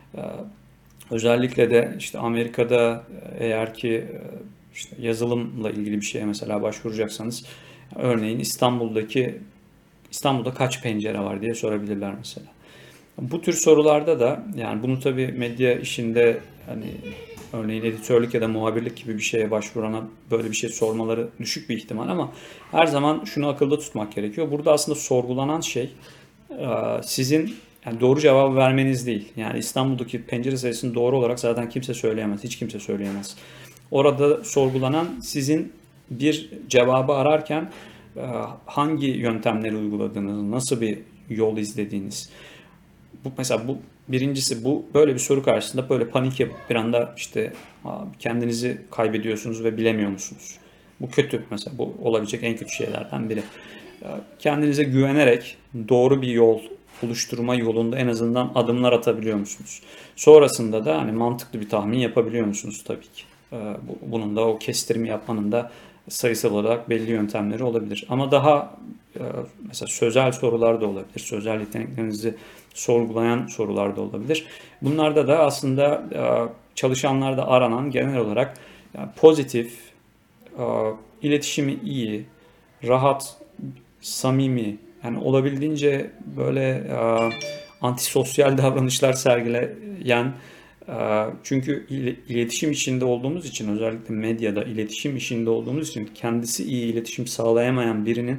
Özellikle de işte Amerika'da eğer ki işte yazılımla ilgili bir şeye mesela başvuracaksanız örneğin İstanbul'daki İstanbul'da kaç pencere var diye sorabilirler mesela. Bu tür sorularda da yani bunu tabii medya işinde hani örneğin editörlük ya da muhabirlik gibi bir şeye başvurana böyle bir şey sormaları düşük bir ihtimal ama her zaman şunu akılda tutmak gerekiyor. Burada aslında sorgulanan şey sizin yani doğru cevabı vermeniz değil. Yani İstanbul'daki pencere sayısını doğru olarak zaten kimse söyleyemez. Hiç kimse söyleyemez. Orada sorgulanan sizin bir cevabı ararken hangi yöntemleri uyguladığınız, nasıl bir yol izlediğiniz. Bu mesela bu birincisi bu böyle bir soru karşısında böyle panik yapıp bir anda işte kendinizi kaybediyorsunuz ve bilemiyor musunuz? Bu kötü mesela bu olabilecek en kötü şeylerden biri. Kendinize güvenerek doğru bir yol oluşturma yolunda en azından adımlar atabiliyor musunuz? Sonrasında da hani mantıklı bir tahmin yapabiliyor musunuz tabii ki. Bunun da o kestirimi yapmanın da sayısal olarak belli yöntemleri olabilir. Ama daha mesela sözel sorular da olabilir. Sözel yeteneklerinizi sorgulayan sorular da olabilir. Bunlarda da aslında çalışanlarda aranan genel olarak pozitif, iletişimi iyi, rahat, samimi, yani olabildiğince böyle antisosyal davranışlar sergileyen, çünkü iletişim içinde olduğumuz için özellikle medyada iletişim içinde olduğumuz için kendisi iyi iletişim sağlayamayan birinin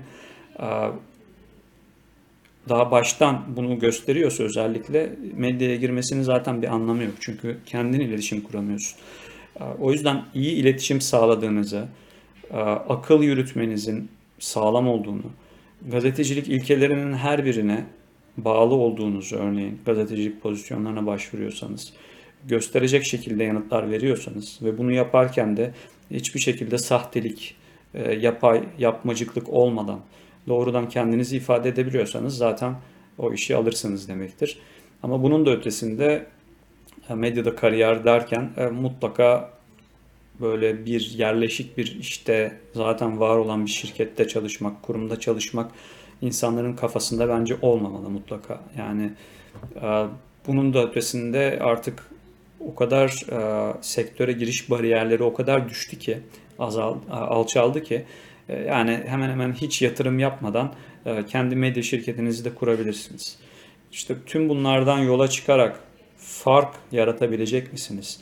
daha baştan bunu gösteriyorsa özellikle medyaya girmesinin zaten bir anlamı yok. Çünkü kendin iletişim kuramıyorsun. O yüzden iyi iletişim sağladığınızı, akıl yürütmenizin sağlam olduğunu, gazetecilik ilkelerinin her birine bağlı olduğunuzu örneğin gazetecilik pozisyonlarına başvuruyorsanız, gösterecek şekilde yanıtlar veriyorsanız ve bunu yaparken de hiçbir şekilde sahtelik, yapay, yapmacıklık olmadan doğrudan kendinizi ifade edebiliyorsanız zaten o işi alırsınız demektir. Ama bunun da ötesinde medyada kariyer derken mutlaka böyle bir yerleşik bir işte zaten var olan bir şirkette çalışmak, kurumda çalışmak insanların kafasında bence olmamalı mutlaka. Yani bunun da ötesinde artık o kadar sektöre giriş bariyerleri o kadar düştü ki, azal, alçaldı ki yani hemen hemen hiç yatırım yapmadan kendi medya şirketinizi de kurabilirsiniz. İşte tüm bunlardan yola çıkarak fark yaratabilecek misiniz?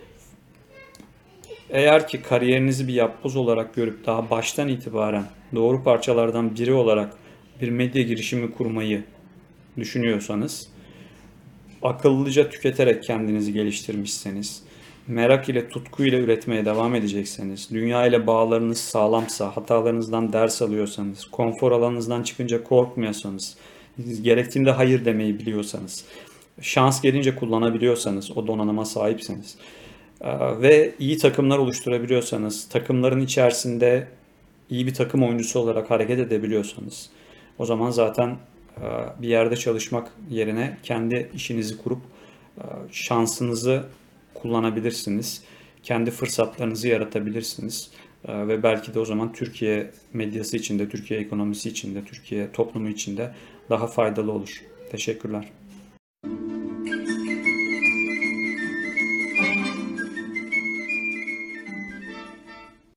Eğer ki kariyerinizi bir yapboz olarak görüp daha baştan itibaren doğru parçalardan biri olarak bir medya girişimi kurmayı düşünüyorsanız, akıllıca tüketerek kendinizi geliştirmişseniz, merak ile tutku ile üretmeye devam edecekseniz, dünya ile bağlarınız sağlamsa, hatalarınızdan ders alıyorsanız, konfor alanınızdan çıkınca korkmuyorsanız, gerektiğinde hayır demeyi biliyorsanız, şans gelince kullanabiliyorsanız, o donanıma sahipseniz ve iyi takımlar oluşturabiliyorsanız, takımların içerisinde iyi bir takım oyuncusu olarak hareket edebiliyorsanız, o zaman zaten bir yerde çalışmak yerine kendi işinizi kurup şansınızı kullanabilirsiniz. Kendi fırsatlarınızı yaratabilirsiniz. Ve belki de o zaman Türkiye medyası içinde, Türkiye ekonomisi içinde, Türkiye toplumu içinde daha faydalı olur. Teşekkürler.